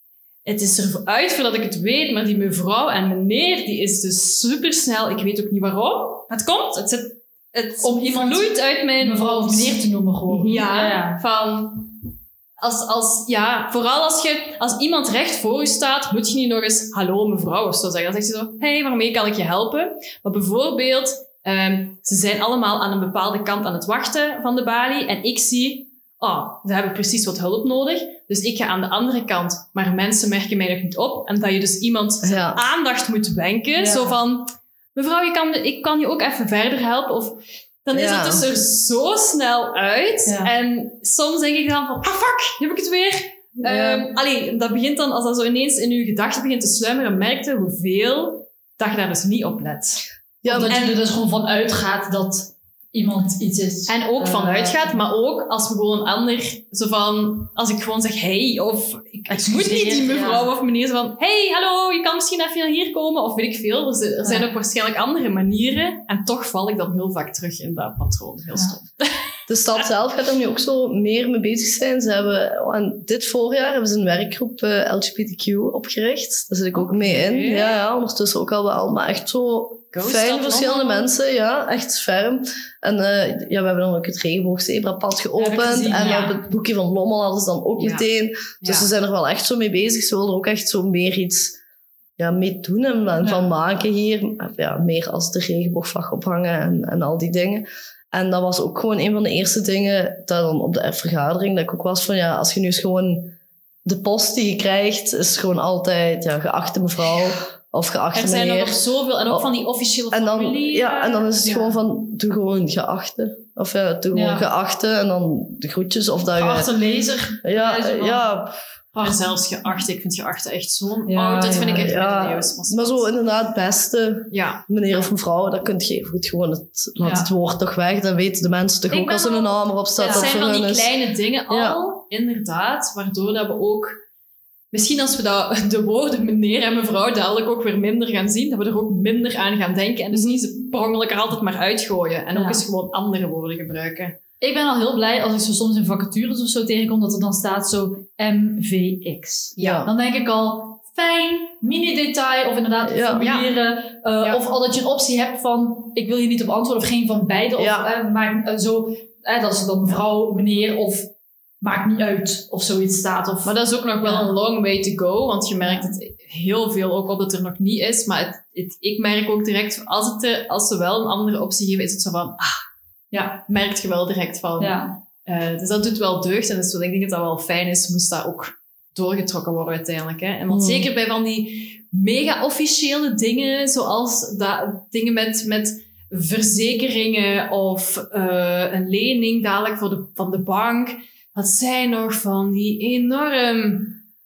Het is eruit voordat ik het weet, maar die mevrouw en meneer, die is dus supersnel. Ik weet ook niet waarom. Het komt, het zit, het Om iemand vloeit uit mijn mevrouw of meneer te noemen gewoon. Ja, ja, ja. van... Als, als, ja, vooral als je, als iemand recht voor je staat, moet je niet nog eens hallo mevrouw of zo zeggen. Dan zegt ze zo, hey, waarmee kan ik je helpen? Maar bijvoorbeeld, um, ze zijn allemaal aan een bepaalde kant aan het wachten van de balie en ik zie, oh, ze hebben precies wat hulp nodig. Dus ik ga aan de andere kant, maar mensen merken mij nog niet op. En dat je dus iemand zijn Ja. aandacht moet wenken. Ja. Zo van, mevrouw, je kan, ik kan je ook even verder helpen. Of, dan is Ja. het dus er zo snel uit. Ja. En soms denk ik dan van, ah fuck, heb ik het weer? Ja. Um, allee, dat begint dan, als dat zo ineens in je gedachten begint te sluimeren, merkte hoeveel dat je daar dus niet op let. Ja, Of dat en- je er dus gewoon van uitgaat dat iemand iets is. En ook Uh, vanuit gaat, maar ook als we gewoon een ander, zo van, als ik gewoon zeg, hey, of ik, ik moet niet die mevrouw ja. of meneer, zo van, hey, hallo, je kan misschien even naar hier komen, of weet ik veel. Er, zijn- er zijn Ja. ook waarschijnlijk andere manieren, en toch val ik dan heel vaak terug in dat patroon. Heel Ja. stom. de stad zelf gaat er nu ook zo meer mee bezig zijn. Ze hebben, oh, en dit voorjaar hebben ze een werkgroep uh, L G B T Q opgericht. Daar zit ik ook mee in. Oké. Ja, ja, ondertussen ook al wel, maar echt zo Go fijn, stad verschillende allemaal. mensen. Ja, echt ferm. En uh, ja, we hebben dan ook het regenboogzebrapad geopend. Heb ik gezien, en ja. op het boekje van Lommel hadden ze dan ook Ja. meteen. Dus Ja. ze zijn er wel echt zo mee bezig. Ze willen er ook echt zo meer iets ja, mee doen en Ja. van maken hier. Ja, meer als de regenboogvlag ophangen en, en al die dingen. En dat was ook gewoon een van de eerste dingen dat dan op de vergadering, dat ik ook was van ja, als je nu eens gewoon de post die je krijgt, is gewoon altijd ja, geachte mevrouw of geachte Er zijn er meneer. nog zoveel, en ook Oh. van die officiële En dan, formulieren. ja, en dan is het Ja. gewoon van, doe gewoon geachte. Of ja, doe gewoon Ja. geachte en dan de groetjes. Of dat Geachte je... lezer. Ja, wijze van- ja, En zelfs geachte, ik vind geachte echt zo'n Ja, oud, dat vind ja, ik echt ja. middeleeuws. maar zo inderdaad beste Ja. meneer of mevrouw, dat kunt je goed gewoon, het, laat Ja. het woord toch weg. Dan weten de mensen toch Ik ook ben als er al- een naam erop staat. Ja, dat Het zijn voor van die hun is. kleine dingen al, Ja. inderdaad, waardoor dat we ook... Misschien als we dat, de woorden meneer en mevrouw dadelijk ook weer minder gaan zien, dat we er ook minder aan gaan denken en dus niet ze per ongeluk er altijd maar uitgooien. En ook Ja. eens gewoon andere woorden gebruiken. Ik ben al heel blij als ik zo soms in vacatures of zo tegenkom dat er dan staat zo M V X. Ja. Dan denk ik al, fijn, mini-detail of inderdaad Ja. formulieren. Uh, Ja. Of al dat je een optie hebt van, ik wil hier niet op antwoorden of geen van beide. Of, Ja. eh, maak, eh, zo, eh, dat is dan mevrouw, meneer of maakt niet uit of zoiets staat. Of, Maar dat is ook nog wel Ja. een long way to go, want je merkt het heel veel ook op dat er nog niet is. Maar het, het, ik merk ook direct, als, het er, als ze wel een andere optie geven, is het zo van, ah, ja, merkt je wel direct van. ja. Uh, dus dat doet wel deugd. En dus ik denk dat dat wel fijn is, moest dat ook doorgetrokken worden uiteindelijk. Hè? En want Mm. zeker bij van die mega officiële dingen, zoals dat, dingen met, met verzekeringen of uh, een lening dadelijk voor de, van de bank. Dat zijn nog van die enorm,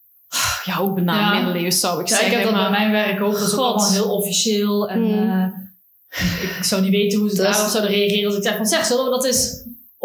ja, ook bijna Ja. middeleeuws zou ik Ja, ik zeggen. heb dat maar bij mijn werk ook. Dat is ook God. allemaal heel officieel. En Hmm. uh, ik zou niet weten hoe ze Dat is- daarop zouden reageren als ik zeg van zeg, zullen we dat eens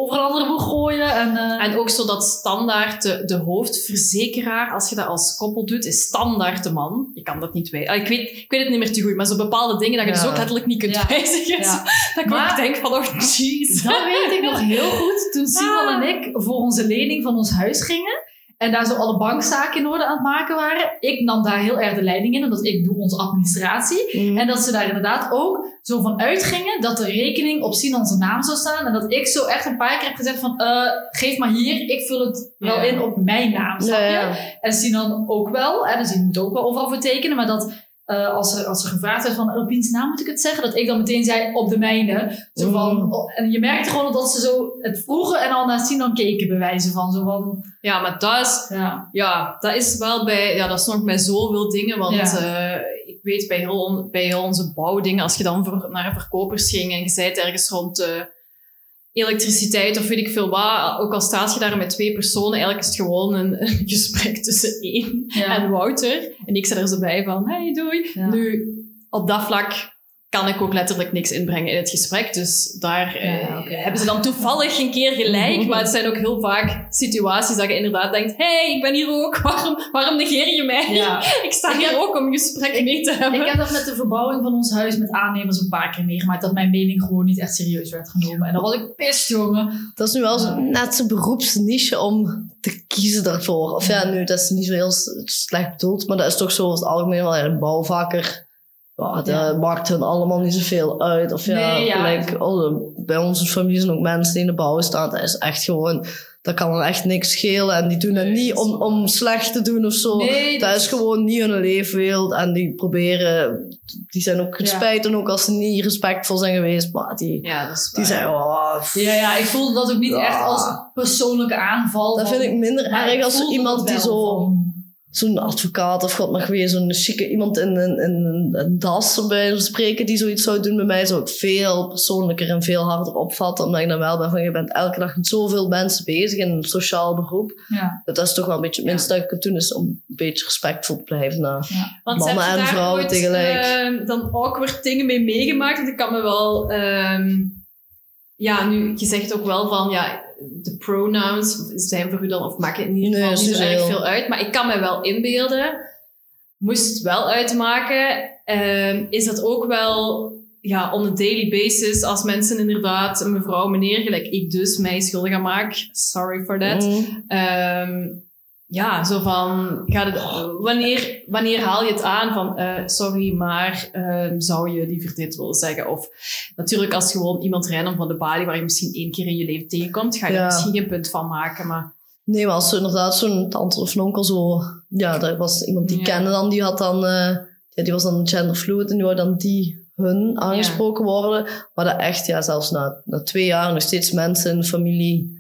over een andere boeg gooien. En, uh... en ook zo dat standaard, de, de hoofdverzekeraar, als je dat als koppel doet, is standaard de man. Je kan dat niet wijzigen. Ah, ik, weet, ik weet het niet meer te goed, maar zo bepaalde dingen dat je ja. dus ook letterlijk niet kunt ja. wijzigen. Ja. Dat ik maar, ook denk van, oh jeez. Dat weet ik nog heel goed. Toen Simon ah. en ik voor onze lening van ons huis gingen. En daar zo alle bankzaken in orde aan het maken waren. Ik nam daar heel erg de leiding in, omdat ik doe onze administratie. Mm. En dat ze daar inderdaad ook zo van uitgingen dat de rekening op Sinan's naam zou staan. En dat ik zo echt een paar keer heb gezegd van, uh, geef maar hier, ik vul het wel ja. in op mijn naam, snap je? Ja, ja. En Sinan ook wel, hè, dus die moet ook wel overal voor tekenen, maar dat... Uh, als, er, als er gevraagd werd van, op wiens naam moet ik het zeggen? Dat ik dan meteen zei, op de mijne. Zo van, oh, en je merkte gewoon dat ze zo het vroegen en al naar Sinan keken bewijzen van. Zo van ja, maar dat is, ja. ja, dat is wel bij, ja, dat is nog bij zoveel dingen. Want ja. uh, ik weet bij heel, bij heel onze bouwdingen, als je dan voor, naar verkopers ging en je zei het ergens rond uh, elektriciteit of weet ik veel wat, ook al staat je daar met twee personen, eigenlijk is het gewoon een, een gesprek tussen één ja. en Wouter. En ik zat er zo bij van, hey, doei. Ja. Nu, op dat vlak kan ik ook letterlijk niks inbrengen in het gesprek. Dus daar ja, eh, okay. hebben ze dan toevallig een keer gelijk. Maar het zijn ook heel vaak situaties dat je inderdaad denkt, hey, ik ben hier ook. Waarom, waarom negeer je mij? Ja. Ik sta ik hier heb, ook om een gesprek ik, mee te hebben. Ik heb dat met de verbouwing van ons huis met aannemers een paar keer meegemaakt. Dat mijn mening gewoon niet echt serieus werd genomen. En dan was ik pist, jongen. Dat is nu wel zo, net zo'n beroepsniche om te kiezen daarvoor. Of ja, nu, dat is niet zo heel slecht bedoeld. Maar dat is toch zo over het algemeen wel een bouwvakker. Ja, dat ja. maakt hun allemaal niet zoveel uit. Of ja, nee, ja. gelijk, oh, bij onze familie zijn ook mensen die in de bouw staan. Dat is echt gewoon, dat kan dan echt niks schelen. En die doen dat nee, niet om, om slecht te doen of zo. Nee, dat, dat is gewoon niet hun leefwereld. En die proberen, die zijn ook gespijt. Ja. ook als ze niet respectvol zijn geweest. Maar die, ja, die zijn, oh, ja, ja, ik voelde dat ook niet ja. echt als persoonlijke aanval. Dat van, vind ik minder erg als iemand die zo... Van, zo'n advocaat of god mag weer zo'n chique iemand in een, in een, een das bij ons spreken die zoiets zou doen bij mij, zou ik veel persoonlijker en veel harder opvatten, omdat ik dan wel ben van, je bent elke dag met zoveel mensen bezig in een sociaal beroep. Ja. Dat is toch wel een beetje het minste ja. dat ik het doen is om een beetje respectvol te blijven naar ja. mannen en vrouwen ooit, tegelijk. Uh, dan awkward dingen mee meegemaakt, want ik kan me wel... Um, ja, nu, je zegt ook wel van, ja... de pronouns zijn voor u dan, of maken in ieder geval nee, niet zo erg veel uit. Maar ik kan me wel inbeelden, moest het wel uitmaken, um, is dat ook wel ja, on a daily basis, als mensen inderdaad, mevrouw, meneer, gelijk ik dus, mij schuldig aan maak, sorry for that. Mm. Um, ja, zo van, gaat het, wanneer, wanneer haal je het aan van, uh, sorry, maar uh, zou je liever dit willen zeggen? Of natuurlijk als gewoon iemand random van de balie, waar je misschien één keer in je leven tegenkomt, ga je ja. er misschien geen punt van maken, maar... Nee, maar als inderdaad zo'n tante of een onkel zo... Ja, dat was iemand die ja. kende dan, die had dan... Uh, ja, die was dan genderfluid en die wou dan die hun aangesproken ja. worden. Maar dat echt, ja, zelfs na, na twee jaar nog steeds mensen in de familie...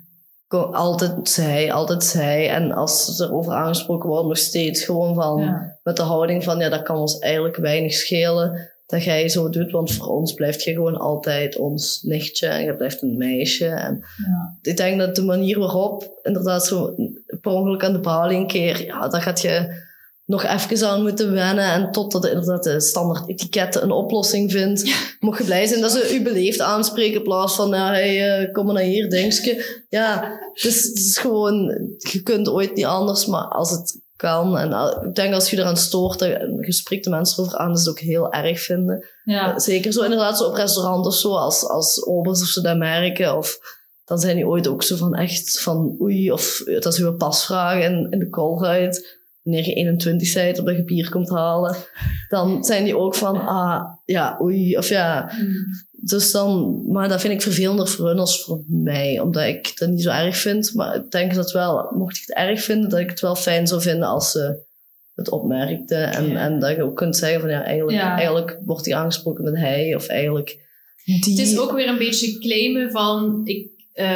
Altijd zij, altijd zij. En als ze erover aangesproken worden, nog steeds gewoon van... Ja. Met de houding van, ja, dat kan ons eigenlijk weinig schelen dat jij zo doet. Want voor ons blijft je gewoon altijd ons nichtje. En je blijft een meisje. En ja. ik denk dat de manier waarop, inderdaad zo per ongeluk aan de balie een keer... Ja, daar gaat je nog even aan moeten wennen. En totdat de, inderdaad de standaard etiketten een oplossing vindt. Ja. Mocht je blij zijn dat ze u beleefd aanspreken in plaats van, ja, hey, uh, kom maar naar hier, dingske. Ja, dus het is gewoon, je kunt ooit niet anders, maar als het kan. En uh, ik denk als je eraan stoort, dat je spreekt de mensen erover aan, dat ze het ook heel erg vinden. Ja. Uh, zeker zo inderdaad zo op restaurant of zo, als, als obers of ze dat merken. Of dan zijn die ooit ook zo van echt van oei, of dat ze weer pasvragen in, in de callruit. Wanneer je eenentwintig bent, omdat je bier komt halen, dan zijn die ook van, ah, ja, oei, of ja. Mm. Dus dan, maar dat vind ik vervelender voor hun als voor mij, omdat ik dat niet zo erg vind. Maar ik denk dat wel, mocht ik het erg vinden, dat ik het wel fijn zou vinden als ze het opmerkten. En, ja. en dat je ook kunt zeggen van, ja, eigenlijk, ja. eigenlijk wordt hij aangesproken met hij, of eigenlijk die. Het is ook weer een beetje claimen van, ik,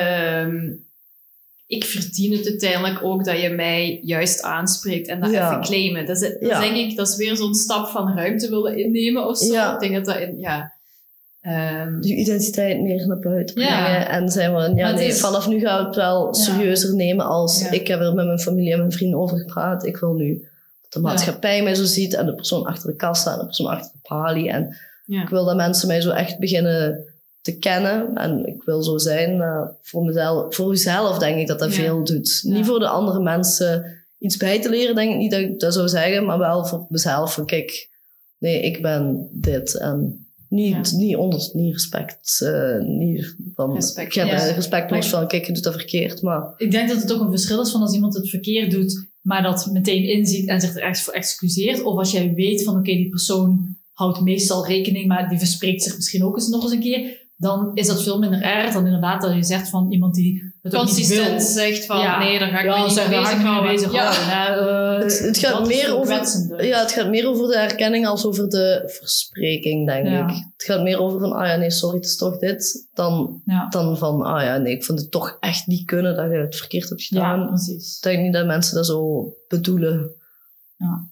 um, ik verdien het uiteindelijk ook dat je mij juist aanspreekt en dat ja. even claimen. Dat, is, dat ja. denk ik, dat is weer zo'n stap van ruimte willen innemen of zo. Ja. Ik denk dat dat in, ja... Um, je identiteit meer naar buiten brengen. Ja. En zijn we, ja, nee, is... vanaf nu gaan we het wel serieuzer ja. nemen als ja. ik heb er met mijn familie en mijn vrienden over gepraat. Ik wil nu dat de maatschappij ja. mij zo ziet en de persoon achter de kassa en de persoon achter de balie. En ja. ik wil dat mensen mij zo echt beginnen te kennen. En ik wil zo zijn uh, voor mezelf. Voor uzelf denk ik dat dat ja. veel doet. Ja. Niet voor de andere mensen iets bij te leren, denk ik niet dat ik dat zou zeggen. Maar wel voor mezelf. Van kijk, nee, ik ben dit. En niet, ja. niet onder, niet respect. Uh, niet van, respect. Ik heb Ja. respectloos van, kijk, je doet dat verkeerd. Maar ik denk dat het ook een verschil is van als iemand het verkeerd doet, maar dat meteen inziet en zich er echt voor excuseert. Of als jij weet van, oké, okay, die persoon houdt meestal rekening, maar die verspreekt zich misschien ook eens nog eens een keer. Dan is dat veel minder erg dan inderdaad dat je zegt van iemand die het consistent zegt van ja. nee, daar ga ik ja, me niet mee bezighouden. Bezig ja. ja, uh, het, het, gaat meer over, ja, het gaat meer over de erkenning als over de verspreking, denk ja. ik. Het gaat meer over van, ah ja, nee, sorry, het is toch dit. Dan, ja. dan van, ah ja, nee, ik vond het toch echt niet kunnen dat je het verkeerd hebt gedaan. Ja, precies. Ik denk niet dat mensen dat zo bedoelen. Ja.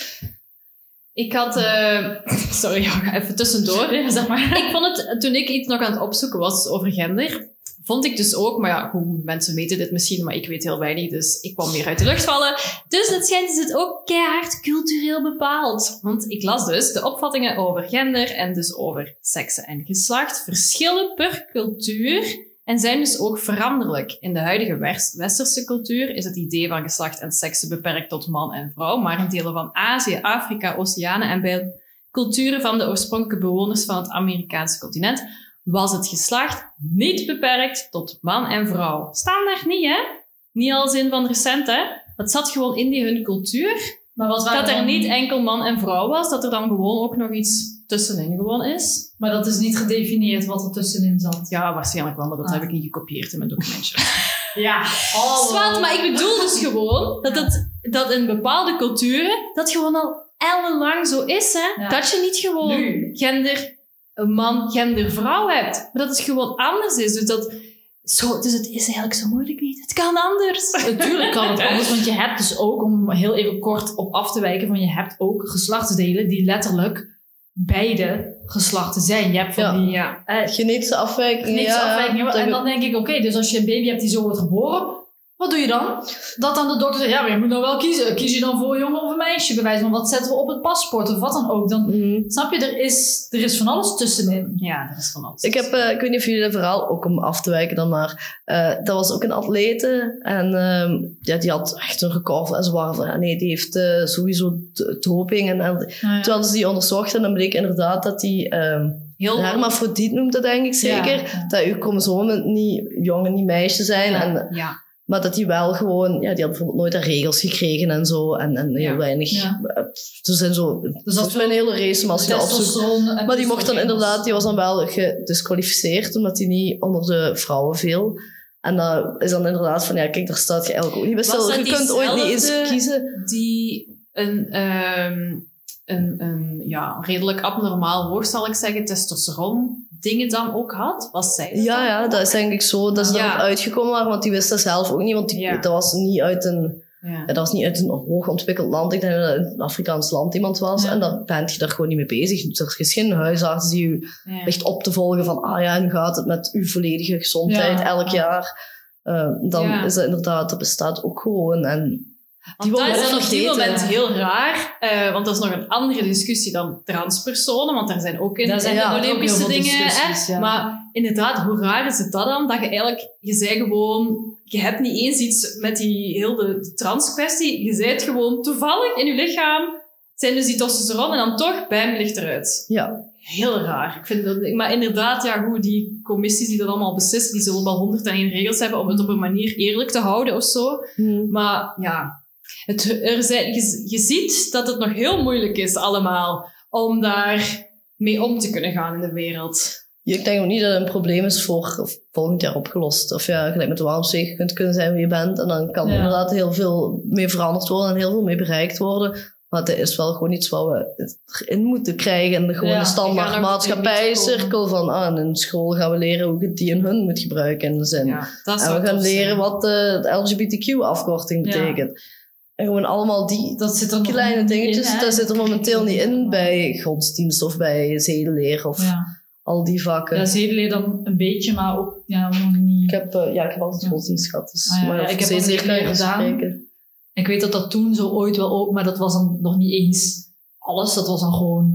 Ik had, uh, sorry, ja, even tussendoor, ja, zeg maar. Ik vond het, toen ik iets nog aan het opzoeken was over gender, vond ik dus ook, maar ja, goed, mensen weten dit misschien, maar ik weet heel weinig, dus ik kwam weer uit de lucht vallen. Dus het schijnt is het ook keihard cultureel bepaald. Want ik las dus de opvattingen over gender en dus over seksen en geslacht verschillen per cultuur en zijn dus ook veranderlijk. In de huidige westerse cultuur is het idee van geslacht en seksen beperkt tot man en vrouw, maar in delen van Azië, Afrika, Oceanen en bij culturen van de oorspronkelijke bewoners van het Amerikaanse continent was het geslacht niet beperkt tot man en vrouw. Standaard niet, hè? Niet als in van recent, hè? Dat zat gewoon in die hun cultuur. Maar wat dat er dan niet enkel man en vrouw was, dat er dan gewoon ook nog iets tussenin gewoon is. Maar dat is niet gedefinieerd wat er tussenin zat. Ja, waarschijnlijk wel, maar dat ah. heb ik niet gekopieerd in mijn documentje. Ja. Oh, Zwart, maar ik bedoel dus gewoon dat, het, dat in bepaalde culturen dat gewoon al ellenlang zo is, hè? Ja. Dat je niet gewoon nu. gender man, gender vrouw hebt. Maar dat het gewoon anders is. Dus dat... Zo, dus het is eigenlijk zo moeilijk niet. Het kan anders. Natuurlijk kan het anders, want je hebt dus ook, om heel even kort op af te wijken, van je hebt ook geslachtsdelen die letterlijk beide geslachten zijn. Je hebt van ja. die ja, eh, genetische afwijkingen. Genetische ja, afwijkingen. En dan denk ik, oké, okay, dus als je een baby hebt die zo wordt geboren, wat doe je dan? Dat dan de dokter zegt, ja, maar je moet nou wel kiezen. Kies je dan voor een jongen of een meisje? Bewijs van wat zetten we op het paspoort of wat dan ook. Dan mm. snap je, er is, er is van alles tussenin. Ja, er is van alles. Ik heb, uh, ik weet niet of jullie dat verhaal, ook om af te wijken dan maar, uh, dat was ook een atlete en uh, ja, die had echt een record en ze waren van, ja, nee, die heeft uh, sowieso doping en, en ah, ja. toen hadden ze die onderzocht en dan bleek inderdaad dat die uh, Heel hermafrodiet noemt dat denk ik zeker, ja, ja. dat uw chromosomen niet jongen, niet meisje zijn ja, en ja. maar dat die wel gewoon, ja, die had bijvoorbeeld nooit de regels gekregen en zo. En, en heel ja. weinig. Ja. Er zijn zo, dus dat is een hele race, maar als je dat opzoekt. Maar die mocht dan inderdaad, die was dan wel gedisqualificeerd, omdat die niet onder de vrouwen viel. En dat is dan inderdaad van, ja, kijk, daar staat je eigenlijk ook niet bij stil. Je kunt ooit niet eens kiezen. Die een, um, een, een, ja, redelijk abnormaal hoog, zal ik zeggen, testosteron dingen dan ook had? Was zij dat? Ja, ja, dat is denk ik zo. Dat is ja. er uitgekomen, want die wist dat zelf ook niet. Want die, ja. dat was niet uit een... Ja. Dat was niet uit een hoog-ontwikkeld land. Ik denk dat het een Afrikaans land iemand was. Ja. En dan ben je daar gewoon niet mee bezig. Er is geen huisarts die je ja. ligt op te volgen van... Ah ja, nu gaat het met uw volledige gezondheid ja. elk jaar. Uh, dan ja. is dat inderdaad... Dat bestaat ook gewoon. En die want dat is dan op die moment heel raar. Uh, want dat is nog een andere discussie dan transpersonen. Want daar zijn ook in, zijn ja, Olympische dingen. Hè? Ja. Maar inderdaad, hoe raar is het dat dan? Dat je eigenlijk... Je zei gewoon... Je hebt niet eens iets met die heel de, de trans-kwestie. Je zei het gewoon toevallig in je lichaam. Zijn dus die testosteron en dan toch, bam, ligt eruit. Ja. Heel raar. Ik vind dat, maar inderdaad, ja, goed, die commissies die dat allemaal beslissen, die zullen wel honderd en één regels hebben om het op een manier eerlijk te houden of zo. Hmm. Maar ja... Het, er zijn, je, je ziet dat het nog heel moeilijk is allemaal om daar mee om te kunnen gaan in de wereld. Ja, ik denk ook niet dat het een probleem is voor volgend jaar opgelost. Of ja, gelijk met de Waalmsteeg, je kunt kunnen zijn wie je bent en dan kan ja. inderdaad heel veel mee veranderd worden en heel veel mee bereikt worden. Maar het is wel gewoon iets wat we erin moeten krijgen in de gewone ja, standaard maatschappijcirkel van ah, in een school gaan we leren hoe je die en hun moet gebruiken in de zin. Ja, en we gaan leren zijn. wat de, de L G B T Q-afkorting betekent. Ja. En gewoon allemaal die dat zit er kleine dingetjes, in, dat zit er momenteel niet in bij godsdienst of bij zedeleer of ja. al die vakken. Ja, zedeleer dan een beetje, maar ook ja, nog niet. Ik heb, uh, ja, ik heb altijd ja. godsdienst gehad, dus ah, ja, maar ja, ik heb zedeleer gedaan. Spreken. Ik weet dat dat toen zo ooit wel ook, maar dat was dan nog niet eens alles. Dat was dan gewoon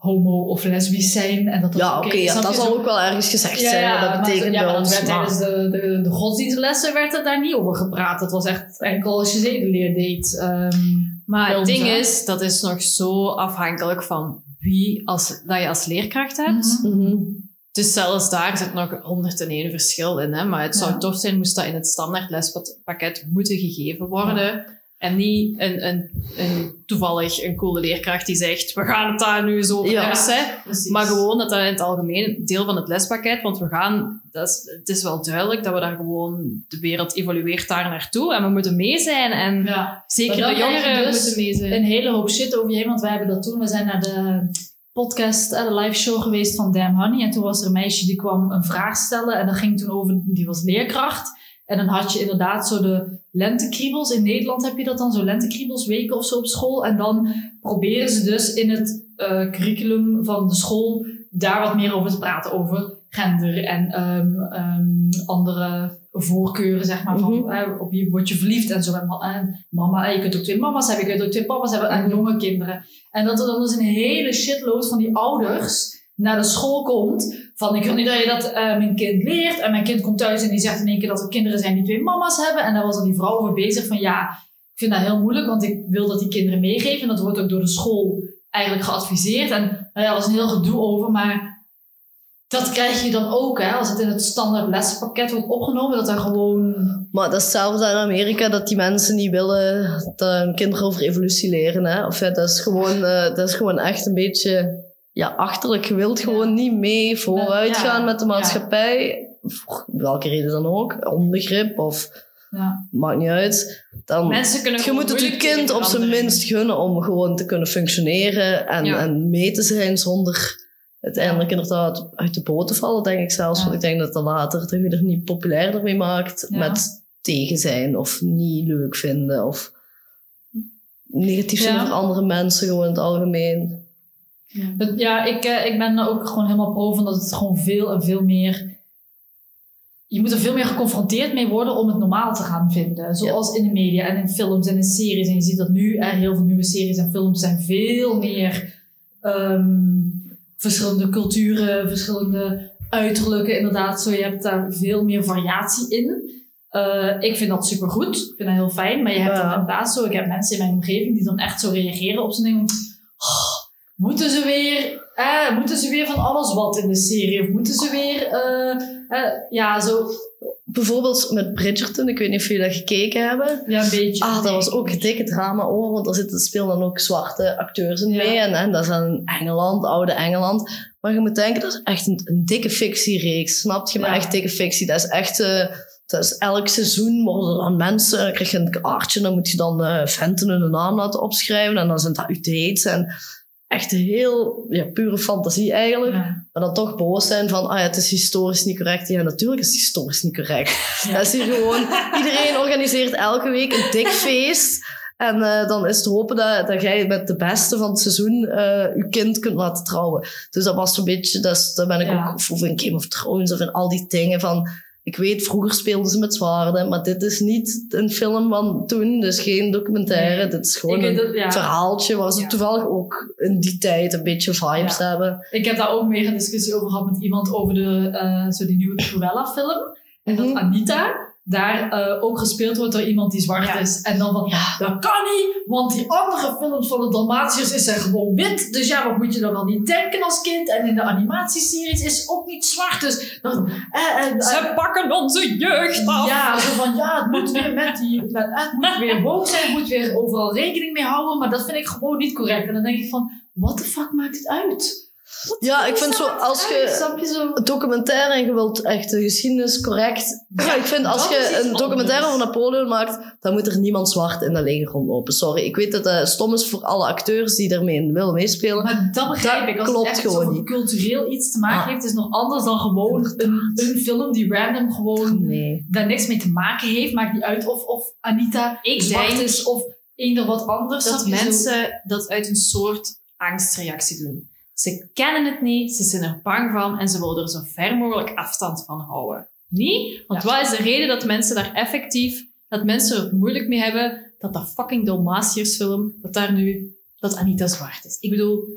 homo of lesbisch zijn. En dat dat Ja, oké, okay, ja, dat zo? zal ook wel ergens gezegd Ja, zijn. ja, Maar dat maar, betekent ja, bij maar dat ons... werd maar- tijdens de, de, de godsdienstlessen werd er daar niet over gepraat. Dat was echt enkel als je zedeleer deed. Um, Maar het ding hè? is, dat is nog zo afhankelijk van wie als, dat je als leerkracht hebt. Mhm. Mhm. Dus zelfs daar zit nog honderdéén verschil in. Hè? Maar het zou Ja. tof zijn moest dat in het standaard lespakket moeten gegeven worden. En niet een, een, een toevallig een coole leerkracht die zegt, we gaan het daar nu eens over Ja. hebben. hè. Precies. Maar gewoon dat dat in het algemeen deel van het lespakket, want we gaan, dat is, het is wel duidelijk dat we daar gewoon, de wereld evolueert daar naartoe en we moeten mee zijn en Ja. zeker Maar dan de jongeren krijg je dus moeten mee zijn. een hele hoop shit over je heen, want wij hebben dat toen, we zijn naar de podcast, eh, de live show geweest van Damn Honey en toen was er een meisje die kwam een vraag stellen en dat ging toen over, die was leerkracht. En dan had je inderdaad zo de lentekriebels. In Nederland heb je dat dan, zo lentekriebels, weken of zo op school. En dan proberen ze dus in het uh, curriculum van de school daar wat meer over te praten. Over gender en um, um, andere voorkeuren, zeg maar. Van, Mm-hmm. uh, op wie word je verliefd en zo. En, ma- en mama, je kunt ook twee mama's hebben, je kunt ook twee papa's hebben. En Mm-hmm. jonge kinderen. En dat er dan dus een hele shitload van die ouders naar de school komt. Van, ik wil niet dat je dat uh, mijn kind leert. En mijn kind komt thuis en die zegt in één keer dat er kinderen zijn die twee mama's hebben. En daar was dan die vrouw over bezig van, ja, ik vind dat heel moeilijk, want ik wil dat die kinderen meegeven. En dat wordt ook door de school eigenlijk geadviseerd. En nou ja, er was een heel gedoe over, maar dat krijg je dan ook, hè, als het in het standaard lespakket wordt opgenomen, dat er gewoon... Maar dat is hetzelfde in Amerika, dat die mensen niet willen dat hun kinderen over evolutie leren. Hè? Of ja, dat is gewoon, uh, dat is gewoon echt een beetje... Ja, achterlijk. Je wilt gewoon Ja. niet mee vooruit gaan Ja. met de maatschappij. Voor welke reden dan ook. Onbegrip of... Ja. Maakt niet uit. Dan, Mensen kunnen je gewoon moet het je moeilijk kind tegen op zijn veranderen. minst gunnen om gewoon te kunnen functioneren en, Ja. en mee te zijn zonder uiteindelijk inderdaad uit de boot te vallen, denk ik zelfs. Ja. Want ik denk dat dan later dat je er niet populairder mee maakt Ja. met tegen zijn of niet leuk vinden of negatief zijn Ja. over andere mensen gewoon in het algemeen. Het- Ja, ik, uh, ik ben er ook gewoon helemaal pro van dat het gewoon veel en veel meer... Je moet er veel meer geconfronteerd mee worden om het normaal te gaan vinden. Zoals in de media en in films en in series. En je ziet dat nu, uh, heel veel nieuwe series en films zijn veel meer um, verschillende culturen, verschillende uiterlijken. Inderdaad, zo, je hebt daar veel meer variatie in. Uh, ik vind dat supergoed. Ik vind dat heel fijn. Maar je hebt Ja. dan inderdaad zo... Ik heb mensen in mijn omgeving die dan echt zo reageren op zo'n ding. Oh, moeten ze weer... Eh, moeten ze weer van alles wat in de serie? Of moeten ze weer... Uh, uh, ja, zo... Bijvoorbeeld met Bridgerton, ik weet niet of jullie dat gekeken hebben. Ja, een beetje. Ah, daar was ook een dikke drama over, want er zitten, spelen dan ook zwarte acteurs in mee. Ja. En, en dat is dan Engeland, oude Engeland. Maar je moet denken, dat is echt een, een dikke fictiereeks. Snap je? Maar Ja. echt dikke fictie. Dat is echt... Uh, dat is elk seizoen worden er dan mensen... Dan krijg je een kaartje, dan moet je dan uh, venten hun naam laten opschrijven. En dan zijn dat je dates. En echt heel ja, pure fantasie eigenlijk. Ja. Maar dan toch boos zijn van... Ah ja, het is historisch niet correct. Ja, natuurlijk is het historisch niet correct. Ja. Dat is hier gewoon... Iedereen organiseert elke week een dik feest. En uh, dan is het hopen dat, dat jij met de beste van het seizoen uh, je kind kunt laten trouwen. Dus dat was zo'n beetje... Dat, dat ben ik Ja. ook... Of in Game of Thrones of in al die dingen van... Ik weet, vroeger speelden ze met zwaarden, maar dit is niet een film van toen, dus geen documentaire. Nee. Dit is gewoon Ik weet een dat- ja. verhaaltje waar ze Ja. toevallig ook in die tijd een beetje vibes Ja. hebben. Ik heb daar ook meer een discussie over gehad met iemand over de, uh, zo die nieuwe Cruella-film. En dat Mhm. Anita daar uh, ook gespeeld wordt door iemand die zwart Ja. is. En dan van, Ja. dat kan niet, want die andere films van de Dalmatiërs is er gewoon wit. Dus ja, wat moet je dan wel niet denken als kind? En in de animatieseries is ze ook niet zwart. Dus dan, eh, eh, Ze pakken onze jeugd af. ja, zo van, ja, het moet weer met die, met, het moet weer woke zijn, het moet weer overal rekening mee houden, maar dat vind ik gewoon niet correct. En dan denk ik van, what the fuck maakt het uit? Wat Ja, ik wat vind zo, maakt het als uit? je Snap je zo? een documentaire en je wilt echt de geschiedenis correct... Ja, ik vind als dat is je iets een documentaire anders. over Napoleon maakt, dan moet er niemand zwart in dat leger rondlopen. Sorry, ik weet dat dat stom is voor alle acteurs die ermee willen meespelen. Maar dat begrijp Dat ik. Als klopt het echt gewoon zo niet. cultureel iets te maken Ah. heeft, is nog anders dan gewoon een, een film die random gewoon Nee. daar niks mee te maken heeft. Maakt niet uit of, of Anita Ik zwart denk is of eender wat anders. dat Snap je zo? mensen dat uit een soort angstreactie doen. Ze kennen het niet, ze zijn er bang van en ze willen er zo ver mogelijk afstand van houden. Niet? Want Ja. wat is de reden dat mensen daar effectief, dat mensen er het moeilijk mee hebben, dat dat fucking Dalmatiërs film, dat daar nu, dat Anita zwart is. Ik bedoel,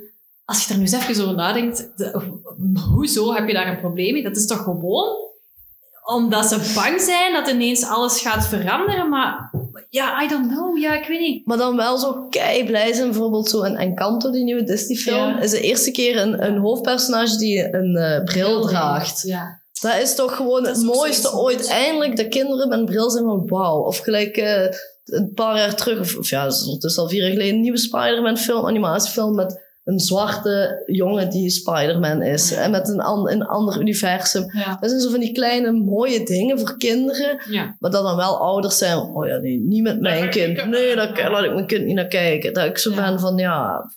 als je er nu eens even over nadenkt, de, hoezo heb je daar een probleem mee? Dat is toch gewoon omdat ze bang zijn dat ineens alles gaat veranderen, maar ja, I don't know, ja, ik weet niet. Maar dan wel zo kei blij zijn, bijvoorbeeld zo in Encanto, die nieuwe Disney-film, ja. is de eerste keer een, een hoofdpersonage die een uh, bril draagt. Ja. Dat is toch gewoon het mooiste ooit. Eindelijk dat kinderen met een bril zijn van wauw. Of gelijk uh, een paar jaar terug, of, of ja, het is al vier jaar geleden, een nieuwe Spider-Man film, animatiefilm met een zwarte jongen die Spider-Man is. Ja. En met een, an, een ander universum. Ja. Dat zijn zo van die kleine mooie dingen voor kinderen. Ja. Maar dat dan wel ouders zijn. Oh ja, nee, niet met mijn kind. Nee, daar laat ik mijn kind niet naar kijken. Dat ik zo ja. ben van, ja...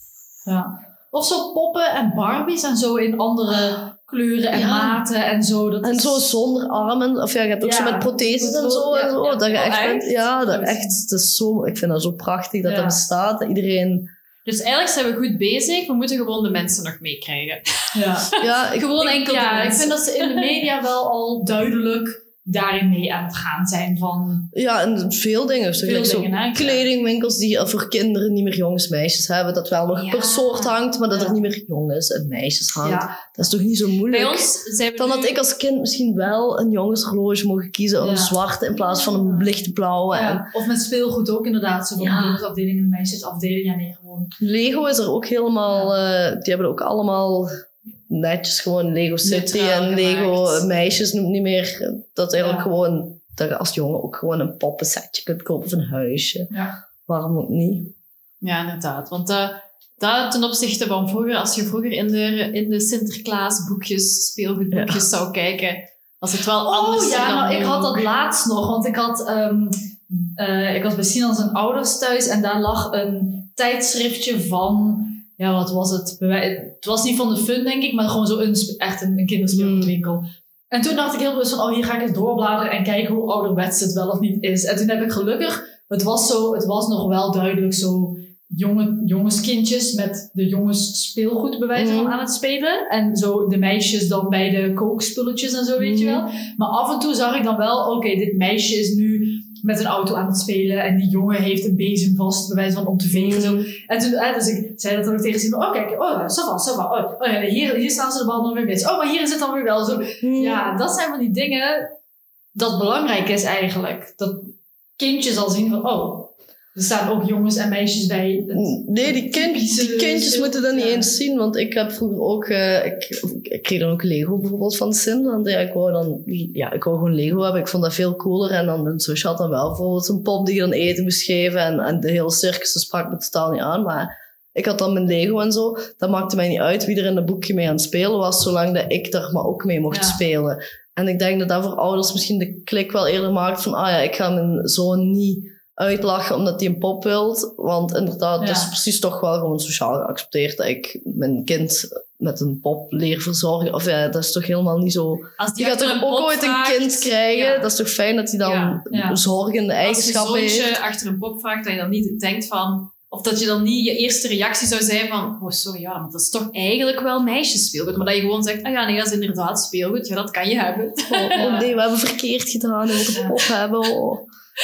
ja. Of zo poppen en Barbies en zo in andere kleuren en ja. maten en zo. Dat en is... zo zonder armen. Of ja, je hebt ook ja. zo met protheses en zo. Ja, en zo ja. Dat je echt oh, bent... Ja, dat echt... Dat is zo, ik vind dat zo prachtig dat ja. dat bestaat. Dat iedereen... Dus eigenlijk zijn we goed bezig. We moeten gewoon de mensen nog meekrijgen. Ja, ja gewoon enkel ja, de mensen. Ik vind dat ze in de media wel al duidelijk daarin mee aan het gaan zijn van... Ja, en veel dingen. Zo, veel zo dingen kledingwinkels die voor kinderen niet meer jongens meisjes hebben. Dat wel nog ja. per soort hangt, maar dat ja. er niet meer jongens en meisjes hangt. Ja. Dat is toch niet zo moeilijk? Bij ons zijn we Dan nu... had ik als kind misschien wel een jongenshorloge mogen kiezen. Ja. Een zwarte in plaats van een lichtblauwe. Ja. En... Of met speelgoed ook inderdaad. Zo van ja. de jongensafdeling en de meisjesafdeling. Ja, nee, gewoon. Lego is er ook helemaal... Ja. Uh, die hebben ook allemaal... netjes gewoon Lego City Neutraal en Lego gemaakt. Meisjes noemt niet meer. Dat eigenlijk ja. gewoon, dat je als jongen ook gewoon een poppensetje kunt kopen of een huisje. Ja. Waarom ook niet? Ja, inderdaad. Want uh, dat ten opzichte van vroeger, als je vroeger in de, in de Sinterklaas boekjes, speelgoedboekjes ja. zou kijken, was het wel oh, anders. Oh ja, dan nou, ik had dat laatst nog, want ik had, um, uh, ik was bij Sinan zijn ouders thuis en daar lag een tijdschriftje van... Ja, wat was het? Het was niet van de Fun, denk ik, maar gewoon zo een, echt een, een kinderspeelgoedwinkel. Mm. En toen dacht ik heel bewust van, oh, hier ga ik eens doorbladeren en kijken hoe ouderwets het wel of niet is. En toen heb ik gelukkig, het was zo, het was nog wel duidelijk zo jonge, jongenskindjes met de jongens speelgoed bij wijze van mm. aan het spelen. En zo de meisjes dan bij de kookspulletjes en zo, weet mm. je wel. Maar af en toe zag ik dan wel, oké, okay, dit meisje is nu met een auto aan het spelen en die jongen heeft een bezem vast, bij wijze van om te vegen. Zo. En toen, eh, dus ik zei dat dan ook tegen Simon, oh kijk, oh, ça va, ça va. Oh, oh ja, hier, hier staan ze de bal nog weer mis. Oh, maar hier is het dan weer wel zo. Mm. Ja, dat zijn van die dingen dat belangrijk is eigenlijk. Dat kindjes al zien van, oh, er staan ook jongens en meisjes bij. Het, nee, die, kind, die kindjes moeten dat niet ja. eens zien. Want ik heb vroeger ook... Uh, ik, ik kreeg dan ook Lego bijvoorbeeld van Sim. Want ja, ik wou dan... Ja, ik wou gewoon Lego hebben. Ik vond dat veel cooler. En dan een zusje had dan wel bijvoorbeeld een pop die je dan eten moest geven. En, en de hele circus, dat sprak me totaal niet aan. Maar ik had dan mijn Lego en zo. Dat maakte mij niet uit wie er in dat boekje mee aan het spelen was. Zolang dat ik daar maar ook mee mocht ja. spelen. En ik denk dat dat voor ouders misschien de klik wel eerder maakt van... Ah ja, ik ga mijn zoon niet... uitlachen omdat hij een pop wilt. Want inderdaad, het ja. is precies toch wel gewoon sociaal geaccepteerd dat ik mijn kind met een pop leer verzorgen. Of ja, dat is toch helemaal niet zo... Als die gaat toch ook ooit vraagt, een kind krijgen? Ja. Dat is toch fijn dat hij dan ja. Ja. zorgende eigenschappen heeft? Als je zo'n zoontje achter een pop vraagt, dat je dan niet denkt van... Of dat je dan niet je eerste reactie zou zijn van... Oh, sorry, ja, maar dat is toch eigenlijk wel meisjesspeelgoed. Maar dat je gewoon zegt, ah ja, nee, dat is inderdaad speelgoed. Ja, dat kan je hebben. Oh, ja. oh nee, we hebben verkeerd gedaan. We moeten een pop hebben. Oh.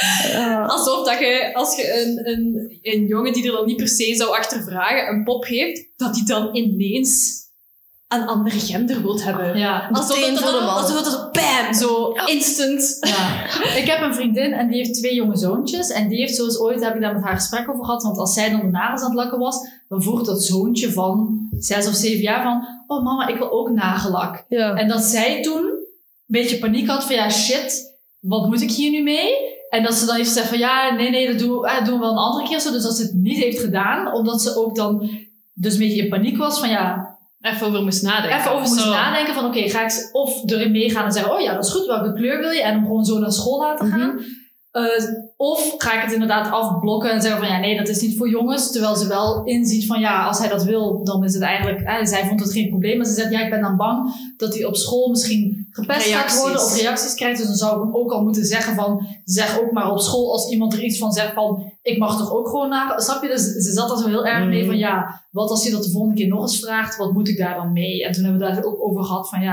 Ja. Alsof dat je, als je een, een, een jongen die er dan niet per se zou achter vragen, een pop geeft, dat die dan ineens een andere gender wilt hebben. Ja, alsof dat, dat, dat, alsof dat zo bam, zo ja. instant. Ja. Ik heb een vriendin en die heeft twee jonge zoontjes en die heeft zoals ooit, heb ik daar met haar gesprek over gehad, want als zij dan de nagels aan het lakken was, dan vroeg dat zoontje van zes of zeven jaar van, oh mama, ik wil ook nagellak. Ja. En dat zij toen een beetje paniek had van, ja shit, wat moet ik hier nu mee? En dat ze dan heeft gezegd van, ja, nee, nee, dat doen we, eh, doen we wel een andere keer zo. Dus dat ze het niet heeft gedaan, omdat ze ook dan dus een beetje in paniek was van, ja... Even over moest nadenken. Even over moest nadenken van, oké, okay, ga ik of erin meegaan en zeggen, oh ja, dat is goed, welke kleur wil je? En hem gewoon zo naar school laten gaan. Mm-hmm. Uh, of ga ik het inderdaad afblokken en zeggen van, ja, nee, dat is niet voor jongens. Terwijl ze wel inziet van, ja, als hij dat wil, dan is het eigenlijk... Eh, zij vond het geen probleem, maar ze zegt, ja, ik ben dan bang dat hij op school misschien gepest gaat worden of reacties krijgt. Dus dan zou ik hem ook al moeten zeggen van, zeg ook maar op school als iemand er iets van zegt van, ik mag toch ook gewoon na... Snap je? Dus ze zat er zo heel erg mee van, ja, wat als hij dat de volgende keer nog eens vraagt, wat moet ik daar dan mee? En toen hebben we daar ook over gehad van, ja... Ik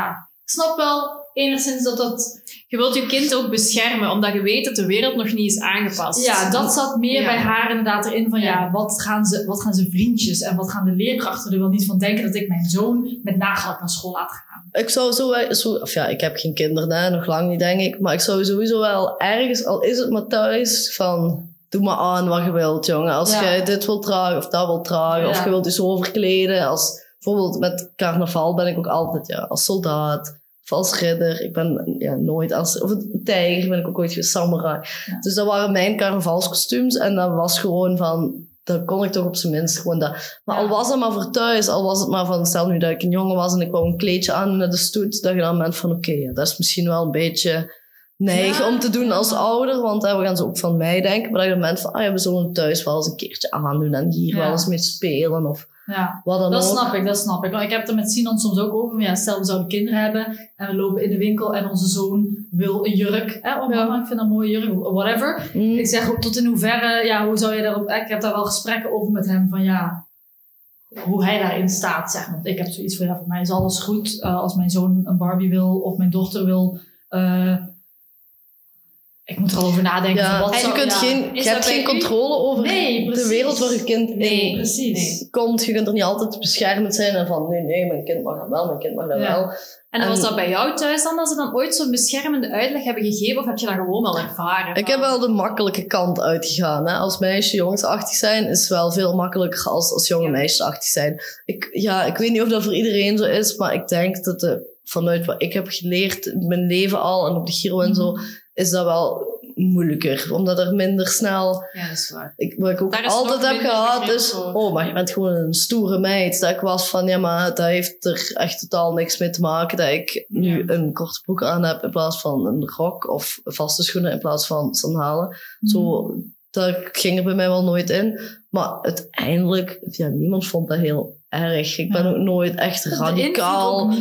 snap wel enigszins dat dat... Je wilt je kind ook beschermen, omdat je weet dat de wereld nog niet is aangepast. Ja, dat zat meer ja. bij haar inderdaad erin van, ja, ja wat, gaan ze, wat gaan ze vriendjes en wat gaan de leerkrachten er wel niet van denken dat ik mijn zoon met nagelak naar school laat gaan. Ik zou zo, zo, of ja, ik heb geen kinderen, hè, nog lang niet, denk ik. Maar ik zou sowieso wel ergens, al is het maar thuis, van... Doe maar aan wat je wilt, jongen. Als ja. je dit wilt dragen of dat wilt dragen. Ja. Of je wilt je zo verkleden. Als, bijvoorbeeld met carnaval ben ik ook altijd ja, als soldaat. Of als ridder. Ik ben ja, nooit als... Of een tijger ben ik ook ooit geweest, samurai. Ja. Dus dat waren mijn carnavalskostuums. En dat was gewoon van... Dan kon ik toch op zijn minst gewoon dat... Maar ja. al was het maar voor thuis. Al was het maar van... Stel nu dat ik een jongen was en ik wou een kleedje aan naar de stoet. Dat je dan bent van... Oké, okay, ja, dat is misschien wel een beetje... neig ja, om te doen als ouder, want hè, we gaan ze ook van mij denken, maar dat je dan bent van, ah ja, we zullen het thuis wel eens een keertje aandoen en hier ja. wel eens mee spelen of ja. wat dan dat ook. Dat snap ik, dat snap ik. Want ik heb het er met Sinan soms ook over, ja, stel we zouden kinderen hebben en we lopen in de winkel en onze zoon wil een jurk, hè, oh mama, ja. ik vind dat een mooie jurk, whatever. Mm. Ik zeg ook tot in hoeverre, ja, hoe zou je daarop, ik heb daar wel gesprekken over met hem van, ja, hoe hij daarin staat, zeg maar. Want ik heb zoiets van, ja, voor mij is alles goed, uh, als mijn zoon een Barbie wil of mijn dochter wil, uh, ik moet er al over nadenken. Ja, van wat en zou, je, kunt ja, geen, je hebt geen controle over nee, de wereld waar je kind nee, in precies. komt. Je kunt er niet altijd beschermend zijn en van nee, nee, mijn kind mag dat wel, mijn kind mag dat ja. wel. En, en was dat bij jou thuis dan, als ze dan ooit zo'n beschermende uitleg hebben gegeven, of heb je dat gewoon wel ervaren? Ik heb wel de makkelijke kant uitgegaan. Hè. Als meisje jongensachtig zijn is wel veel makkelijker als, als jonge ja. meisjes achtig zijn. Ik, ja, ik weet niet of dat voor iedereen zo is, maar ik denk dat de, vanuit wat ik heb geleerd in mijn leven al en op de Giro en zo, is dat wel moeilijker, omdat er minder snel... Ja, dat is waar. Ik, wat ik ook altijd heb gehad is... Oh, maar je bent gewoon een stoere meid. Dat ik was van, ja, maar dat heeft er echt totaal niks mee te maken dat ik nu ja. een korte broek aan heb in plaats van een rok of vaste schoenen in plaats van sandalen. Mm. Zo, dat ging er bij mij wel nooit in. Maar uiteindelijk, ja, niemand vond dat heel erg. Ik ben ja. ook nooit echt radicaal,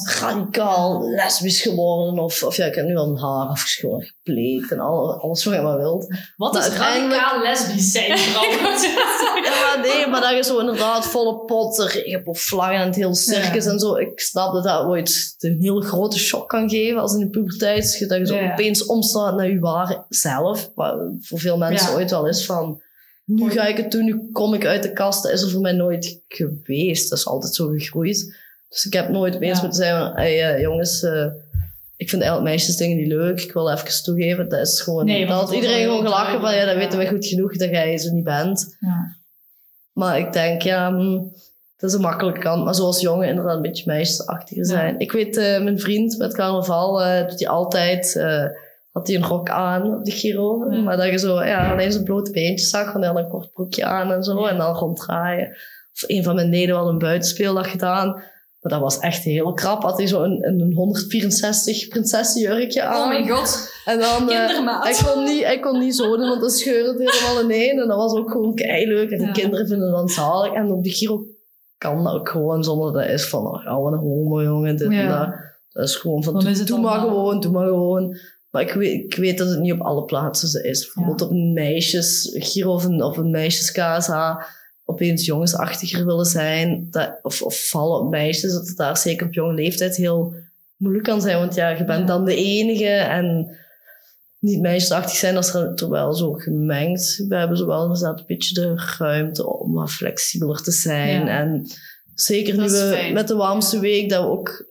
radicaal lesbisch geworden. Of, of ja, ik heb nu al mijn haar afgeschoren, gepleegd en al, alles wat je maar wilt. Wat maar is radicaal lesbisch zijn, trouwens? Ja, maar nee, maar dat je zo inderdaad volle pot, regenboogvlaggen en het hele circus ja. en zo. Ik snap dat dat ooit een hele grote shock kan geven als in de puberteit. Dat je zo ja. opeens omslaat naar je ware zelf. Wat voor veel mensen ja. ooit wel is van... Nu ga ik het doen, nu kom ik uit de kast. Dat is er voor mij nooit geweest. Dat is altijd zo gegroeid. Dus ik heb nooit opeens ja. moeten zeggen van... Hey, uh, jongens, uh, ik vind eigenlijk meisjesdingen niet leuk. Ik wil even toegeven. Dat is gewoon... Nee, dat had iedereen gewoon gelachen van... Ja, dat ja. weten wij goed genoeg dat jij zo niet bent. Ja. Maar ik denk, ja... Dat is een makkelijke kant. Maar zoals jongen inderdaad een beetje meisjesachtiger zijn. Ja. Ik weet, uh, mijn vriend met carnaval... Uh, doet hij altijd... Uh, had hij een rok aan op de Giro. Ja. Maar dat je zo, ja, alleen zijn blote beentjes zag. En dan een kort broekje aan en zo. Ja. En dan ronddraaien. Of een van mijn neden had een buitenspeeldag gedaan. Maar dat was echt heel krap. Had hij zo een, een honderdvierenzestig prinsessenjurkje aan. Oh mijn god. En dan, uh, hij kon niet, hij kon niet zo doen, want dan scheurde het helemaal ineen. En dat was ook gewoon keileuk. En de ja. kinderen vinden dat zalig. En op de Giro kan dat ook gewoon zonder dat is van, oh, wat een homo, jongen, dit ja. en dat. Dat is gewoon van, doe, doe maar gewoon, doe maar gewoon. Maar ik weet, ik weet dat het niet op alle plaatsen zo is. Bijvoorbeeld ja. op een meisjes Giro of een, of een meisjes K S H opeens jongensachtiger willen zijn. Dat, of, of vallen op meisjes. Dat het daar zeker op jonge leeftijd heel moeilijk kan zijn. Want ja, je bent dan de enige. En niet meisjesachtig zijn, dat is er toch wel zo gemengd. We hebben zo wel inderdaad een beetje de ruimte om wat flexibeler te zijn. Ja. En zeker nu we fijn. Met de warmste week, dat we ook...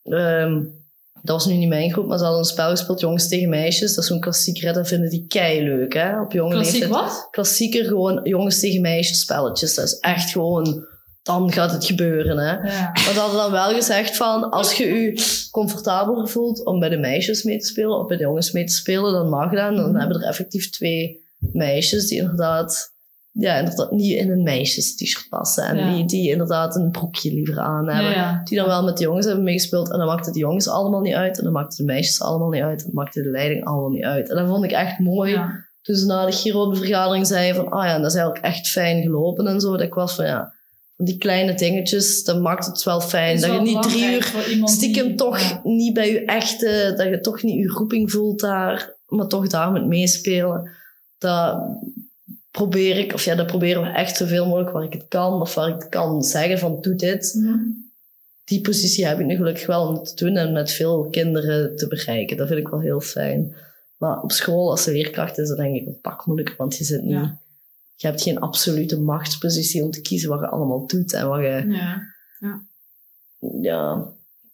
Um, dat was nu niet mijn groep, maar ze hadden een spel gespeeld, jongens tegen meisjes. Dat is zo'n klassieker, dat vinden die keileuk, hè. Op jonge Klassiek leeftijd. Wat? Klassieker, gewoon jongens tegen meisjes spelletjes. Dat is echt gewoon, dan gaat het gebeuren, hè. Ja. Maar ze hadden dan wel gezegd van, als je je comfortabeler voelt om bij de meisjes mee te spelen, of bij de jongens mee te spelen, dan mag dat. En dan mm. hebben er effectief twee meisjes die inderdaad... Ja, inderdaad niet in een meisjes-t-shirt passen. En ja. die, die inderdaad een broekje liever aan hebben. Ja, ja. Die dan wel met de jongens hebben meegespeeld. En dan maakte de jongens allemaal niet uit. En dan maakte de meisjes allemaal niet uit. En dan maakte de leiding allemaal niet uit. En dat vond ik echt mooi. Ja. Toen ze na de Giro op de vergadering zeiden van... Ah ja, dat is eigenlijk echt fijn gelopen en zo. Dat ik was van ja... Die kleine dingetjes, dat maakt het wel fijn. Dat, dat je niet drie uur stiekem die, toch ja. niet bij je echte... Dat je toch niet je roeping voelt daar. Maar toch daar met meespelen. Dat... probeer ik, of ja, dat proberen we echt zoveel mogelijk waar ik het kan, of waar ik het kan zeggen van, doe dit. Mm-hmm. die positie heb ik nu gelukkig wel om te doen en met veel kinderen te bereiken. Dat vind ik wel heel fijn. Maar op school, als leerkracht, is dat denk ik een pak moeilijker, want je zit niet... Ja. Je hebt geen absolute machtspositie om te kiezen wat je allemaal doet en wat je... Ja. Ja. ja.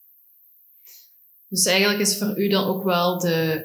Dus eigenlijk is voor u dan ook wel de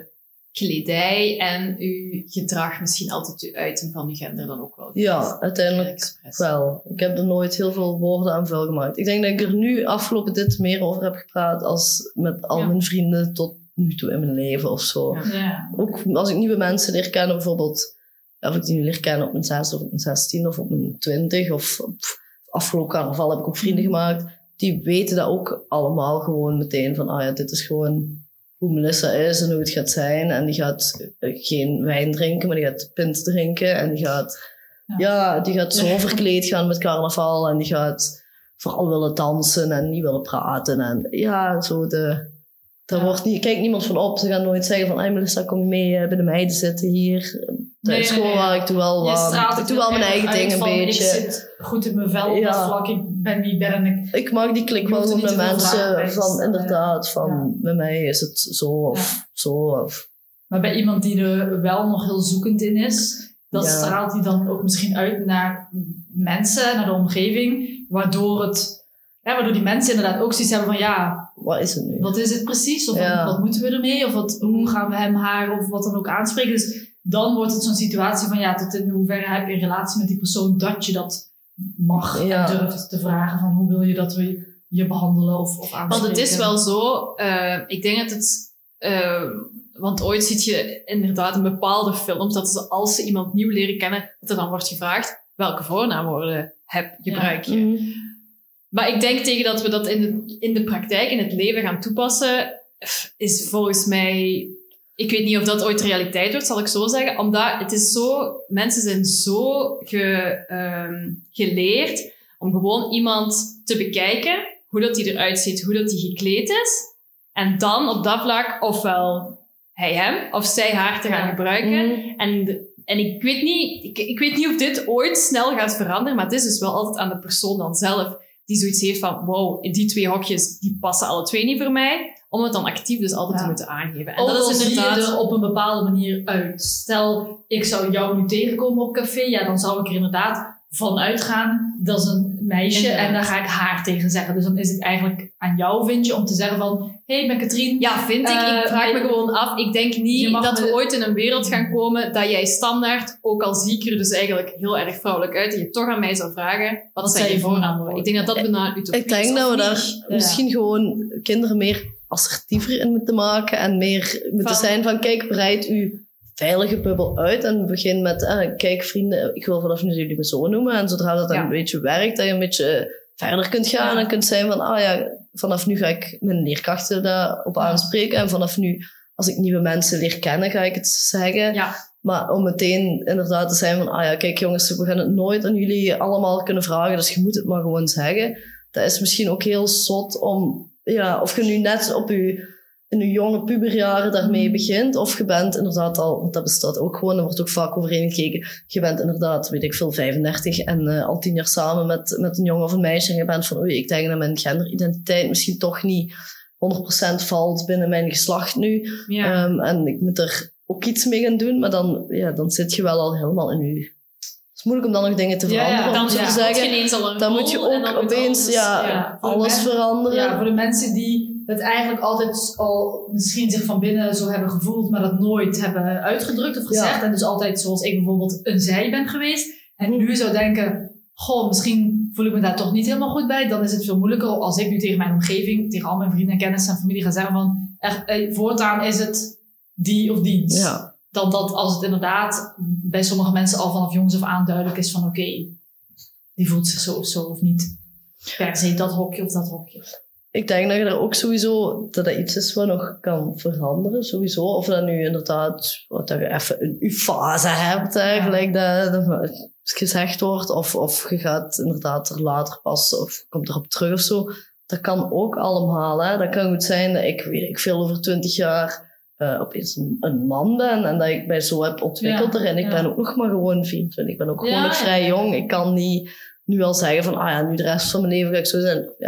kledij en uw gedrag misschien altijd uw uiting van uw gender dan ook wel? Ja, uiteindelijk wel. Ik heb er nooit heel veel woorden aan vuil gemaakt. Ik denk dat ik er nu afgelopen dit meer over heb gepraat als met al ja. mijn vrienden tot nu toe in mijn leven of zo. Ja. Ja. Ook als ik nieuwe mensen leer kennen, bijvoorbeeld, of ik die nu leer kennen op mijn zes of op mijn zestien of op mijn twintig of pff, afgelopen carnaval heb ik ook vrienden gemaakt. Die weten dat ook allemaal gewoon meteen van, ah ja, dit is gewoon hoe Melissa is en hoe het gaat zijn. En die gaat geen wijn drinken, maar die gaat pint drinken. En die gaat, ja, ja die gaat zo verkleed gaan met carnaval. En die gaat vooral willen dansen en niet willen praten. En ja, zo de... Daar ja. wordt niet, kijkt niemand van op. Ze gaan nooit zeggen van, hey Melissa, kom je mee bij de meiden zitten hier. Nee, school nee, nee. waar ik doe wel wat. Ik doe wel mijn eigen ding een beetje. Ik zit goed in mijn vel op ja. dat vlak. Ik ben niet ben ik. Ik mag die klik wel met mensen van inderdaad van ja. bij mij is het zo of ja. zo of. Maar bij iemand die er wel nog heel zoekend in is, dat ja. straalt hij dan ook misschien uit naar mensen, naar de omgeving, waardoor het, ja, waardoor die mensen inderdaad ook zoiets hebben van ja. Wat is het nu? Wat is het precies? Of ja. wat, wat moeten we ermee? Of wat, hoe gaan we hem, haar of wat dan ook aanspreken? Dus dan wordt het zo'n situatie van ja, tot in hoeverre heb je een relatie met die persoon dat je dat mag ja. en durft te vragen van hoe wil je dat we je behandelen of, of aanspreken. Want het is wel zo, uh, ik denk dat het, uh, want ooit ziet je inderdaad in bepaalde films dat ze, als ze iemand nieuw leren kennen, dat er dan wordt gevraagd welke voornaamwoorden heb, gebruik je. Ja. Mm. Maar ik denk tegen dat we dat in de, in de praktijk, in het leven gaan toepassen, is volgens mij... Ik weet niet of dat ooit realiteit wordt, zal ik zo zeggen. Omdat het is zo... Mensen zijn zo ge, um, geleerd om gewoon iemand te bekijken, hoe dat die eruit ziet, hoe dat die gekleed is. En dan op dat vlak ofwel hij hem of zij haar te gaan gebruiken. Mm. En, de, en ik weet niet... Ik, ik weet niet of dit ooit snel gaat veranderen, maar het is dus wel altijd aan de persoon dan zelf die zoiets heeft van, wow, die twee hokjes, die passen alle twee niet voor mij. Om het dan actief dus altijd ja. te moeten aangeven. En ook dat is inderdaad... zie je er op een bepaalde manier uit. Stel, ik zou jou nu tegenkomen op café. Ja, dan zou ik er inderdaad van uitgaan. Dat is een meisje inderdaad. En daar ga ik haar tegen zeggen. Dus dan is het eigenlijk aan jou, vind je, om te zeggen van... Hé, hey, ik ben Katrien. Ja, vind ik. Uh, ik vraag me gewoon af. Ik denk niet dat we me... ooit in een wereld gaan komen dat jij standaard, ook al zie ik er dus eigenlijk heel erg vrouwelijk uit, dat je toch aan mij zou vragen, wat zijn je voornaamwoorden? Ik denk dat dat bijna een utopie is. Ik denk dat we daar ja. misschien gewoon kinderen meer assertiever in moeten maken en meer moeten van, zijn van, kijk, breid uw veilige bubbel uit en begin met, eh, kijk vrienden, ik wil vanaf nu jullie me zo noemen en zodra dat dan ja. een beetje werkt, dat je een beetje verder kunt gaan ja. en kunt zijn van, ah ja, vanaf nu ga ik mijn leerkrachten daarop aanspreken en vanaf nu, als ik nieuwe mensen leer kennen, ga ik het zeggen. Ja. Maar om meteen inderdaad te zijn van, ah ja, kijk jongens, we gaan het nooit aan jullie allemaal kunnen vragen, dus je moet het maar gewoon zeggen. Dat is misschien ook heel zot om, ja, of je nu net op je, in je jonge puberjaren daarmee begint, of je bent inderdaad al, want dat bestaat ook gewoon, er wordt ook vaak overheen gekeken, je bent inderdaad, weet ik veel, vijfendertig en uh, al tien jaar samen met, met een jongen of een meisje en je bent van, oei, ik denk dat mijn genderidentiteit misschien toch niet honderd procent valt binnen mijn geslacht nu. Ja. Um, en ik moet er ook iets mee gaan doen, maar dan, ja, dan zit je wel al helemaal in je... Het is moeilijk om dan nog dingen te veranderen. Ja, ja. Dan, te ja. zeggen. Dan moet je ook opeens alles, ja, ja, alles mensen, veranderen. Ja, voor de mensen die het eigenlijk altijd al misschien zich van binnen zo hebben gevoeld, maar dat nooit hebben uitgedrukt of gezegd. Ja. En dus altijd, zoals ik bijvoorbeeld, een zij ben geweest. En nu zou denken, goh, misschien voel ik me daar toch niet helemaal goed bij. Dan is het veel moeilijker als ik nu tegen mijn omgeving, tegen al mijn vrienden en kennissen en familie ga zeggen van, er, eh, voortaan is het die of diens. Ja. Dan dat als het inderdaad bij sommige mensen al vanaf jongs af aan duidelijk is van oké, okay, die voelt zich zo of zo of niet per se dat hokje of dat hokje. Ik denk dat je daar ook sowieso, dat dat iets is wat nog kan veranderen, sowieso. Of dat nu inderdaad, wat dat je even een U-fase hebt eigenlijk, ja. dat, dat gezegd wordt. Of, of je gaat inderdaad er later pas, of komt erop terug of zo. Dat kan ook allemaal, hè. Dat kan goed zijn dat ik, weet ik veel, over twintig jaar uh, opeens een, een man ben en dat ik mij zo heb ontwikkeld ja, erin. Ik ja. ben ook nog maar gewoon vierentwintig. Ik ben ook gewoon ja, nog vrij ja. jong. Ik kan niet nu al zeggen van, ah ja, nu de rest van mijn leven ga ik zo zijn. Ja, ik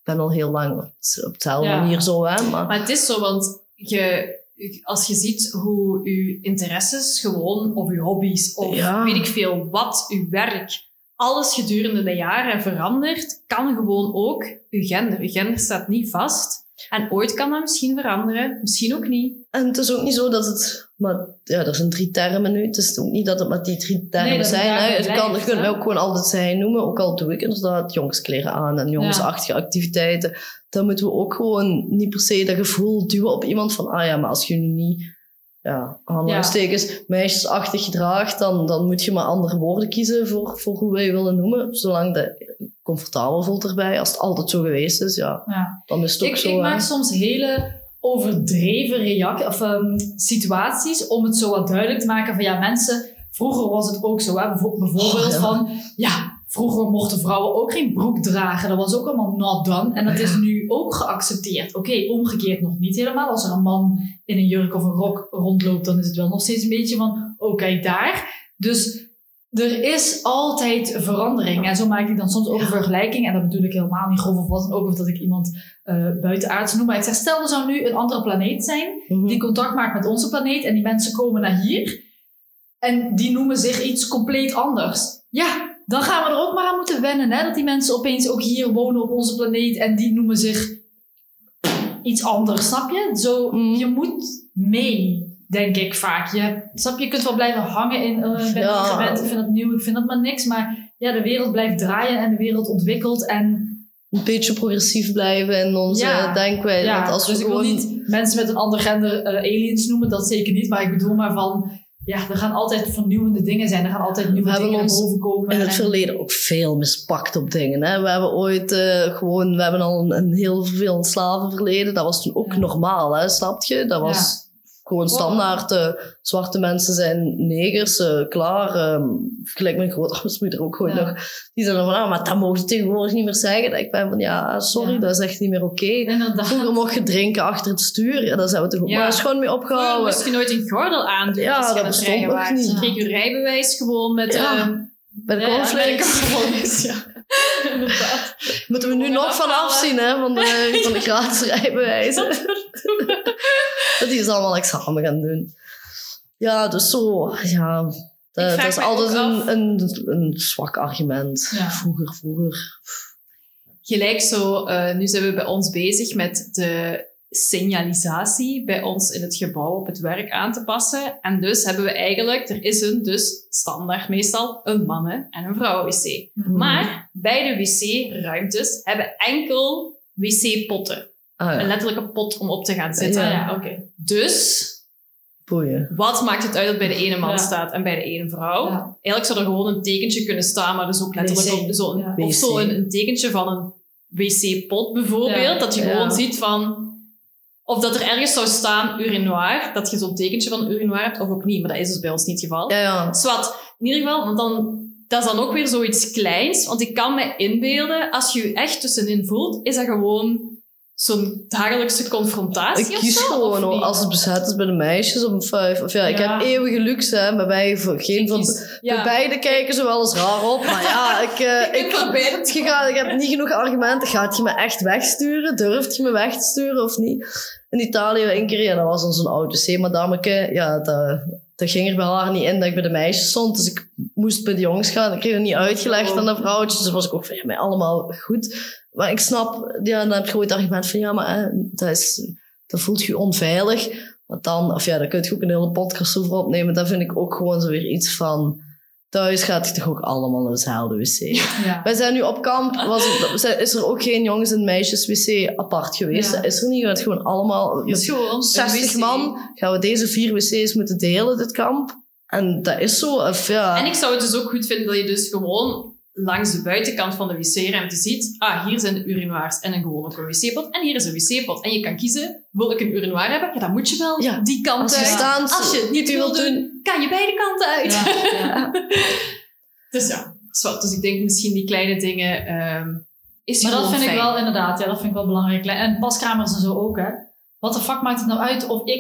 ben al heel lang op, op dezelfde Ja. manier zo, hè. Maar, Maar het is zo, want je, als je ziet hoe je interesses gewoon, of je hobby's, of Ja. weet ik veel wat, je werk, alles gedurende de jaren verandert, kan gewoon ook je gender. Je gender staat niet vast. En ooit kan dat misschien veranderen, misschien ook niet. en het is ook niet zo dat het... Maar ja, er zijn drie termen nu. Het is ook niet dat het maar die drie termen Nee, dat het zijn. Hè. daarbij Het kan, je blijft, kunt hè. mij ook gewoon altijd zij noemen. Ook al doe ik inderdaad jongenskleren aan en jongensachtige activiteiten. Dan moeten we ook gewoon niet per se dat gevoel duwen op iemand van... Ah ja, maar als je nu niet... Ja, aanhalingstekens, meisjesachtig gedraagt, dan, dan moet je maar andere woorden kiezen voor, voor hoe wij je willen noemen. Zolang je comfortabel voelt erbij. Als het altijd zo geweest is, ja, Ja. dan is het ook Ik, zo. ik hè. maak soms hele overdreven reac- of, um, situaties om het zo wat duidelijk te maken van ja, mensen, vroeger was het ook zo, hè, Bijvo- bijvoorbeeld Oh, ja. van ja, vroeger mochten vrouwen ook geen broek dragen, dat was ook allemaal not done en dat is nu ook geaccepteerd. Oké, omgekeerd nog niet helemaal. Als er een man in een jurk of een rok rondloopt, dan is het wel nog steeds een beetje van, oh kijk daar. Dus er is altijd verandering. En zo maak ik dan soms ook een vergelijking. En dat bedoel ik helemaal niet grof of wat dan ook. Of dat ik iemand uh, buitenaards noem. Maar ik zeg, stel er zou nu een andere planeet zijn. Mhm. Die contact maakt met onze planeet. En die mensen komen naar hier. En die noemen zich iets compleet anders. Ja, dan gaan we er ook maar aan moeten wennen. Hè? Dat die mensen opeens ook hier wonen op onze planeet. En die noemen zich iets anders. Snap je? Zo, Mhm. je moet mee. Denk ik vaak. Je, snap je, je kunt wel blijven hangen in, uh, ik ben Ja. niet gewend, ik vind dat nieuw, ik vind dat maar niks. Maar ja, de wereld blijft draaien en de wereld ontwikkelt. En Een beetje progressief blijven in onze Ja. denkwijze. ja, Want als dus we ik wil gewoon... niet mensen met een ander gender uh, aliens noemen, dat zeker niet. Maar ik bedoel maar van, ja, er gaan altijd vernieuwende dingen zijn. Er gaan altijd nieuwe We hebben dingen ons naar boven komen. in het en- verleden ook veel mispakt op dingen. Hè. We hebben ooit uh, gewoon... We hebben al een, een heel veel slavenverleden. Dat was toen ook Ja. normaal, hè, snap je? Dat was... Gewoon standaard, uh, zwarte mensen zijn negers, uh, klaar. Um, gelijk mijn grootouders moet er ook gewoon Ja. nog. Die zijn dan van, ah, maar dat mogen ze tegenwoordig niet meer zeggen. Dat ik ben van, ja, sorry, Ja. dat is echt niet meer oké. Okay. Inderdaad. Vroeger mocht je drinken achter het stuur. Ja, daar zijn we toch ook Ja. maar eens gewoon mee Vroeger opgehouden. moest je nooit een gordel aandoen Ja, als je dat aan het bestond rijden nog waart. niet. Je kreeg je rijbewijs gewoon met... Ja. ehm, Bij de ja, cornflakes. bij de cornflakes, ja. Inderdaad. Moeten we nu Gewoon nog van afhalen. afzien, hè, van de, van de gratis rijbewijzen. Dat die is allemaal examen gaan doen. Ja, dus zo, ja. Dat, vraag dat is mij altijd ook een, af- een, een zwak argument. Ja. Vroeger, vroeger. Gelijk zo, uh, nu zijn we bij ons bezig met de signalisatie bij ons in het gebouw op het werk aan te passen. En dus hebben we eigenlijk, er is een dus standaard meestal een mannen- en een vrouwen-wc. Mhm. Maar beide wc-ruimtes hebben enkel wc-potten. Ah Een ja, letterlijke pot om op te gaan zitten. Ah, ja, oké. Dus, boeien. wat maakt het uit dat bij de ene man Ja. staat en bij de ene vrouw? Ja. Eigenlijk zou er gewoon een tekentje kunnen staan, maar dus ook letterlijk wc. op zo'n, Ja. of zo een, een tekentje van een wc-pot bijvoorbeeld, Ja. dat je Ja. gewoon ziet van, of dat er ergens zou staan urinoir, dat je zo'n tekentje van urinoir hebt, of ook niet, maar dat is dus bij ons niet het geval. Ja, ja. Zwat, in ieder geval, want dan, dat is dan ook weer zoiets kleins, want ik kan me inbeelden, als je je echt tussenin voelt, is dat gewoon zo'n dagelijkse confrontatie Ik of kies zo, gewoon of hoor, niet? als het bezet is bij de meisjes op een vijf. Of ja, ik Ja. heb eeuwige luxe, hè. Bij mij, voor geen van... Kies- Bij ja. beide kijken ze wel eens raar op. Maar ja, ik... Uh, Ik van beide. je, gaat, je hebt niet genoeg argumenten. Gaat je me echt wegsturen? Durft je me weg te sturen of niet? In Italië één keer, ja, dat was dan zo'n oud wc-madameke. Ja, dat, dat ging er bij haar niet in dat ik bij de meisjes stond. Dus ik moest bij de jongens gaan. Ik kreeg het niet uitgelegd aan de vrouwtjes. Dus was ik ook van, ja, mij allemaal goed. Maar ik snap, ja, dan heb je gewoon het argument van, ja, maar eh, dat, is, dat voelt je onveilig. Want dan, of ja, daar kun je ook een hele podcast over opnemen. Dat vind ik ook gewoon zo weer iets van, thuis gaat je toch ook allemaal naar dezelfde wc. Ja. Wij zijn nu op kamp, was het, is er ook geen jongens- en meisjes-wc apart geweest. Ja. Dat is er niet. We hebben gewoon allemaal, Het is met gewoon een zestig wc. man, gaan we deze vier wc's moeten delen, dit kamp. En dat is zo, of ja. En ik zou het dus ook goed vinden dat je dus gewoon langs de buitenkant van de wc-ruimte ziet, ah, hier zijn de urinoirs en een gewoon ook een wc-pot. En hier is een wc-pot. En je kan kiezen, wil ik een urinoir hebben? Ja, dan moet je wel Ja. die kant Als je uit. staan, Als je het niet die wil wil doen, kan je beide kanten uit. Ja, ja. Dus ja, zwart. Dus ik denk misschien die kleine dingen ehm is Maar dat gewoon vind ik fijn. wel inderdaad, ja, dat vind ik wel belangrijk. En paskramers en zo ook, hè. Wat de fuck maakt het nou uit of ik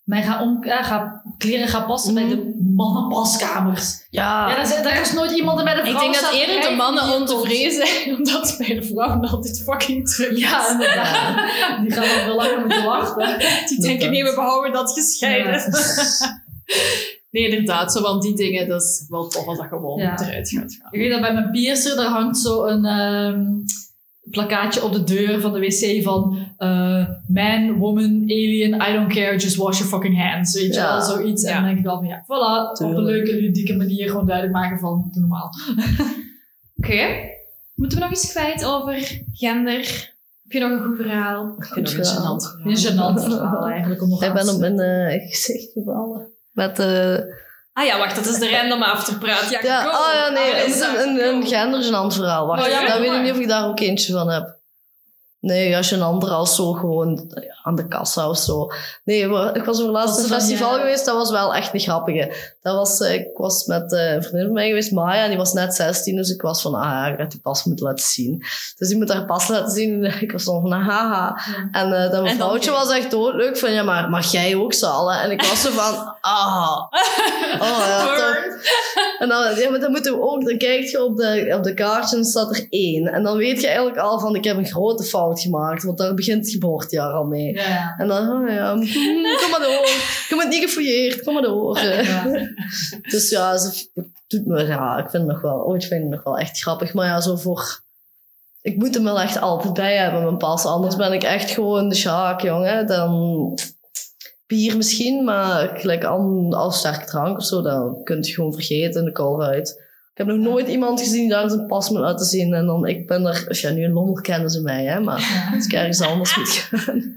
mij ga, om, ja, ga kleren gaan passen Mm. bij de mannenpaskamers. Ja. Ja, daar, is, daar is nooit iemand die bij de vrouw Ik denk dat staat eerder de kijken mannen die het ontevreden zijn, omdat bij de vrouwen altijd fucking terug is. Ja, inderdaad. Die gaan nog wel langer moeten wachten. Die denken, nee, we behouden dat gescheiden. Ja. Nee, inderdaad, zo van die dingen, dat is wel tof als dat gewoon Ja. eruit gaat gaan. Ik weet dat bij mijn piercer, daar hangt zo een um, plakkaatje op de deur van de wc van uh, man, woman, alien, I don't care, just wash your fucking hands. Weet je Ja. wel, zoiets. Ja. En dan denk ik al van ja, voilà, Tuurlijk. op een leuke, ludieke manier gewoon duidelijk maken van, doe normaal. Oké. Okay. Moeten we nog iets kwijt over gender? Heb je nog een goed verhaal? Ik vind het nog een verhaal. gênant verhaal. Een gênant verhaal eigenlijk. Om nog Ik aan ben te op mijn uh, gezicht gevallen. Met uh, Ah ja, wacht, dat is de random afterpraat. Ja, ja, go. oh ja, nee, Ah, het is is dat? een, een, een Go. gendergênant verhaal. Wacht, Oh, ja, daar maar weet ik waar? niet of ik daar ook eentje van heb. Nee, als je een ander als zo gewoon aan de kassa of zo. Nee, maar ik was op laatst Was een er dan, festival ja. geweest, dat was wel echt een grappige. Dat was, uh, ik was met uh, een vriendin van mij geweest, Maya, die was net zestien, dus ik was van, ah ja, ik ga die pas moeten laten zien. Dus die moet haar pas laten zien. Ik was dan van, haha. Ja. En uh, dat mevrouwtje dan- was echt doodleuk van, ja, maar mag jij ook zalen? En ik was zo van, ah. Oh ja, top. En dan, ja, maar dan moeten we ook, dan kijk je op de, op de kaartje en staat er één. En dan weet je eigenlijk al van, ik heb een grote fout gemaakt, want daar begint het geboortejaar al mee. Ja. En dan, oh ja, hm, kom maar door. Je bent niet gefouilleerd, kom maar door. Ja. Dus ja, ze doet me, ja, ik vind het nog wel, ooit vind ik het nog wel echt grappig. Maar ja, zo voor, ik moet hem wel echt altijd bij hebben, mijn pas. Anders ben ik echt gewoon de sjaak, jongen. Dan bier misschien, maar gelijk aan, als sterke drank of zo, dan kun je gewoon vergeten in de kou uit. Ik heb nog nooit iemand gezien die daar zijn pas moet laten zien. En dan, ik ben er, als ja, nu in Lommel kennen ze mij, hè, maar als ik ergens anders moet gaan.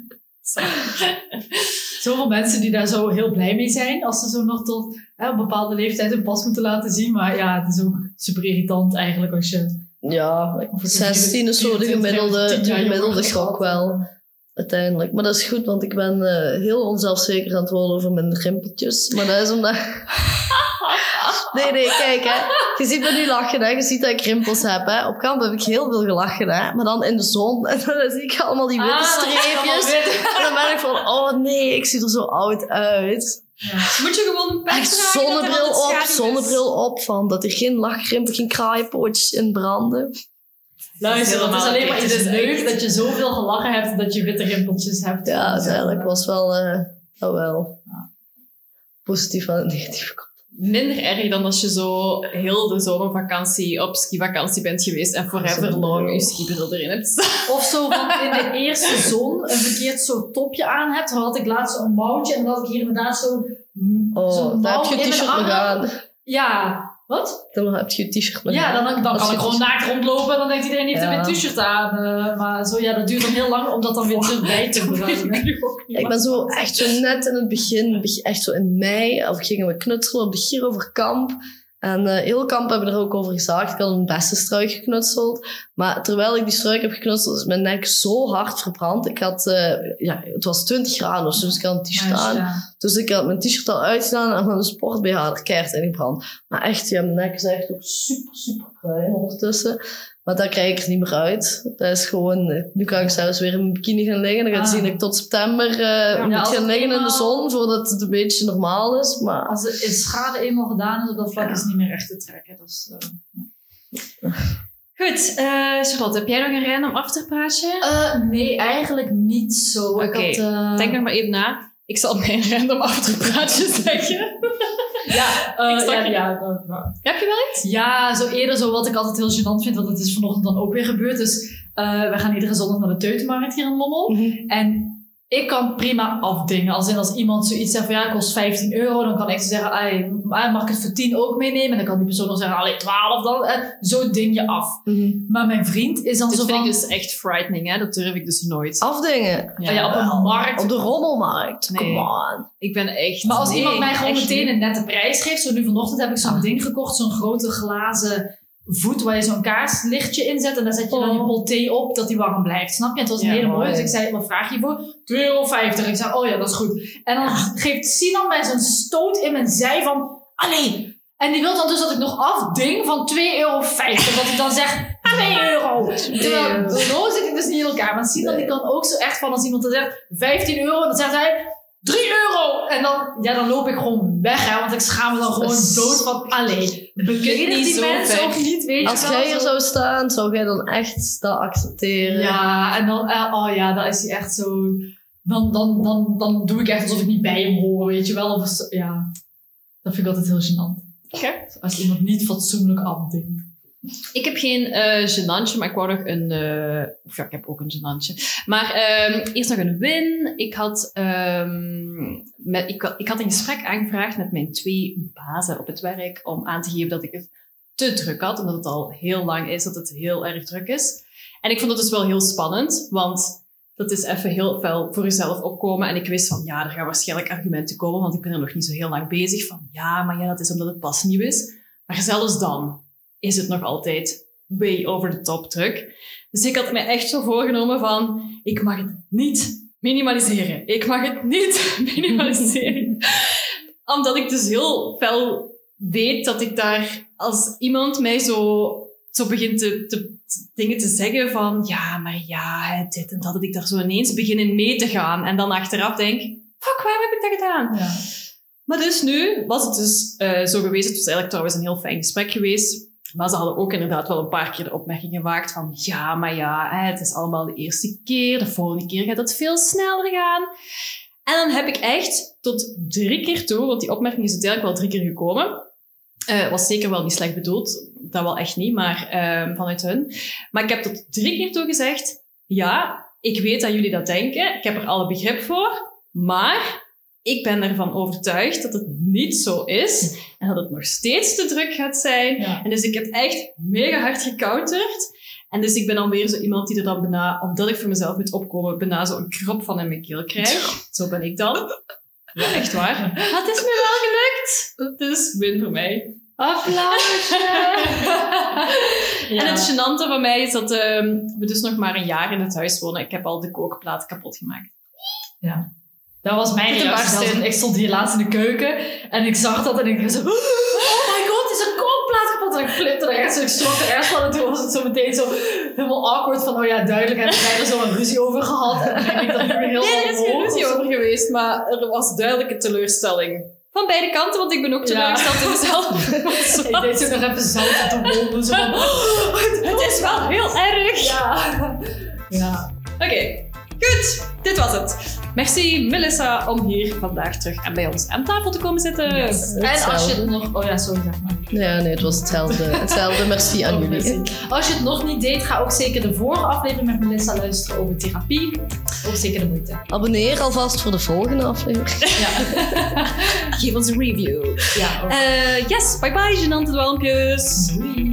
Zoveel mensen die daar zo heel blij mee zijn als ze zo nog tot hè, op een bepaalde leeftijd hun pas moeten laten zien. Maar ja, het is ook super irritant eigenlijk als je... Ja, Of het zestien is zo de gemiddelde, tien de jaar gemiddelde jonger schok gehad. wel. Uiteindelijk. Maar dat is goed, want ik ben uh, heel onzelfzeker aan het worden over mijn rimpeltjes. Maar dat is omdat... Nee, nee, kijk hè. Je ziet me nu lachen hè. Je ziet dat ik rimpels heb hè. Op kamp heb ik heel veel gelachen hè. Maar dan in de zon. En dan zie ik allemaal die witte Ah, dan is het allemaal streepjes. wit. En dan ben ik van, oh nee, ik zie er zo oud uit. Ja. Moet je gewoon een pet Echt dragen dat er zonnebril altijd op, schaduw is? zonnebril op. Van dat er geen lachrimpel, geen kraaienpootjes in branden. Luister, het is helemaal alleen maar oké. het is Het is leuk echt- dat je zoveel gelachen hebt dat je witte rimpeltjes hebt. Ja, uiteindelijk was wel, uh, oh wel. Positief aan het negatieve kant. Minder erg dan als je zo heel de zomervakantie op skivakantie bent geweest en forever long je skibril erin hebt staan. Of zo van in de eerste zon een verkeerd soort topje aan hebt. Dan had ik laatst zo'n mouwtje en dan had ik hier inderdaad zo'n Oh, zo'n daar heb mouw je in je mijn t-shirt nog arm. aan. Ja, wat? Dan heb je je t-shirt nog Ja, aan. dan, dan Als kan je ik gewoon t-shirt- naakt rondlopen en dan denkt iedereen, heeft er Ja. weer een t-shirt aan. Uh, maar zo, ja, dat duurt dan heel lang om dat dan weer terugbij te brengen. Ik ben zo echt zo net in het begin, beg- echt zo in mei, of gingen we knutselen op de Giroverkamp. En uh, heel kamp hebben we er ook over gezaagd. Ik had een bessenstruik geknutseld. Maar terwijl ik die struik heb geknutseld, is mijn nek zo hard verbrand. Ik had, uh, ja, het was twintig graden of zo, dus ik had een t-shirt aan. Ja. Dus ik had mijn t-shirt al uitgedaan en mijn sport B H er keihard in gebrand. Maar echt, ja, mijn nek is echt ook super, super bruin ondertussen. Maar daar krijg ik er niet meer uit. Dat is gewoon, nu kan ik zelfs weer in mijn bikini gaan liggen. Dan gaat Ah. zien dat ik tot september uh, moet als gaan het liggen in de eenmaal- zon, voordat het een beetje normaal is. Maar Als de schade eenmaal gedaan is op dat vlak, is het niet meer recht te trekken. Dus, uh... Goed, uh, Charlotte, heb jij nog een random afterpraatje? Uh, nee, eigenlijk niet zo. Oké, Ik had, uh... denk nog maar even na. Ik zal mijn random afterpraatje zeggen. Ja, uh, Ik stak ja, er- ja, dat- dat- Heb je wel iets? ja, zo eerder zo wat ik altijd heel gênant vind, want het is vanochtend dan ook weer gebeurd. Dus uh, we gaan iedere zondag naar de Teutenmarkt hier in Lommel. Mhm. En ik kan prima afdingen. Als in als iemand zoiets zegt van ja, het kost vijftien euro, dan kan ik zo zeggen, ai, mag ik het voor tien ook meenemen? En dan kan die persoon nog zeggen, allee, twaalf dan. En zo ding je af. Mhm. Maar mijn vriend is dan Dit zo vind van... ik dus echt frightening, hè? Dat durf ik dus nooit. afdingen. Ja. ja, op een markt. Op de rommelmarkt. Nee. Come on. Ik ben echt... Maar als nee, iemand mij gewoon echt meteen niet. een nette prijs geeft, zo nu vanochtend heb ik zo'n Ah. ding gekocht, zo'n grote glazen voet waar je zo'n kaarslichtje in zet en daar zet je dan je Oh. pot thee op, dat die warm blijft. Snap je? En het was een Ja, hele mooie. mooi. Dus ik zei, wat vraag je voor? twee euro vijftig. Ik zei, oh ja, dat is goed. En dan geeft Sinan mij zo'n stoot in mijn zij van, allee. En die wil dan dus dat ik nog afding van twee euro vijftig. Dat ik dan zeg, twee euro. Terwijl, zo zit ik dus niet in elkaar. Maar Sinan die kan ook zo echt van, als iemand dan zegt, vijftien euro, dan zegt hij, drie euro! En dan, ja, dan loop ik gewoon weg, hè, want ik schaam me dan gewoon dood van, allee, beledig niet die zo mensen ver. ook niet, weet je Als wel, jij hier zo. zou staan, zou jij dan echt dat accepteren? Ja, en dan, uh, oh ja, dat is hij echt zo, dan, dan, dan, dan doe ik echt alsof ik niet bij hem hoor, weet je wel, of zo, ja, dat vind ik altijd heel gênant. Okay. Als iemand niet fatsoenlijk afdenkt. Ik heb geen uh, gênantje, maar ik wou nog een... Uh, of ja, ik heb ook een gênantje. Maar um, eerst nog een win. Ik had, um, met, ik, ik had een gesprek aangevraagd met mijn twee bazen op het werk om aan te geven dat ik het te druk had, omdat het al heel lang is, dat het heel erg druk is. En ik vond het dus wel heel spannend, want dat is even heel fel voor jezelf opkomen. En ik wist van, ja, er gaan waarschijnlijk argumenten komen, want ik ben er nog niet zo heel lang bezig. Van, ja, maar ja, dat is omdat het pas nieuw is. Maar zelfs dan is het nog altijd way over the top druk. Dus ik had me echt zo voorgenomen van, ik mag het niet minimaliseren. Ik mag het niet minimaliseren. Omdat ik dus heel fel weet dat ik daar, als iemand mij zo, zo begint te, te, dingen te zeggen van, ja, maar ja, dit en dat, dat ik daar zo ineens beginnen mee te gaan. En dan achteraf denk, fuck, waarom heb ik dat gedaan? Ja. Maar dus nu was het dus uh, zo geweest. Het was eigenlijk trouwens een heel fijn gesprek geweest. Maar ze hadden ook inderdaad wel een paar keer de opmerking gemaakt van, ja, maar ja, het is allemaal de eerste keer. De volgende keer gaat het veel sneller gaan. En dan heb ik echt tot drie keer toe, want die opmerking is uiteindelijk wel drie keer gekomen. Uh, was zeker wel niet slecht bedoeld. Dat wel echt niet, maar uh, vanuit hun. Maar ik heb tot drie keer toe gezegd, ja, ik weet dat jullie dat denken. Ik heb er alle begrip voor. Maar ik ben ervan overtuigd dat het niet zo is. En dat het nog steeds te druk gaat zijn. Ja. En dus ik heb echt mega hard gecounterd. En dus ik ben dan weer zo iemand die er dan bijna, omdat ik voor mezelf moet opkomen, bijna zo een krop van in mijn keel krijg. Zo ben ik dan. Ja, echt waar. Maar het is me wel gelukt. Dus win voor mij. Applausje! Ja. En het gênante van mij is dat um, we dus nog maar een jaar in het huis wonen. Ik heb al de kookplaat kapot gemaakt. Ja. Dat was mijn reactie. Ik stond hier laatst in de keuken en ik zag dat en ik dacht zo, oh my god, is een kookplaat kapot. En ik flipte er echt zo, ik schrok er ergens van en toen was het zo meteen zo helemaal awkward van, oh ja, duidelijk hebben wij er zo een ruzie over gehad. En dan denk ik dat nu weer heel nee, er is geen ruzie over geweest, maar er was duidelijke teleurstelling. Van beide kanten, want ik ben ook teleurgesteld in mezelf. Ik deed zo nog even zout op de wonden. Zo van, oh, het is wel heel erg. Ja. Ja. Oké, okay. Goed. Dit was het. Merci Melissa om hier vandaag terug en bij ons aan tafel te komen zitten. Yes. En als je het nog... Oh ja, sorry, zeg maar. Ja, nee, het was hetzelfde. Hetzelfde. Merci aan oh, jullie. Merci. Als je het nog niet deed, ga ook zeker de vorige aflevering met Melissa luisteren over therapie. Ook zeker de moeite. Abonneer alvast voor de volgende aflevering. Ja. Geef ons een review. Ja. Uh, yes, bye bye, gênante dwalmpjes. Doei.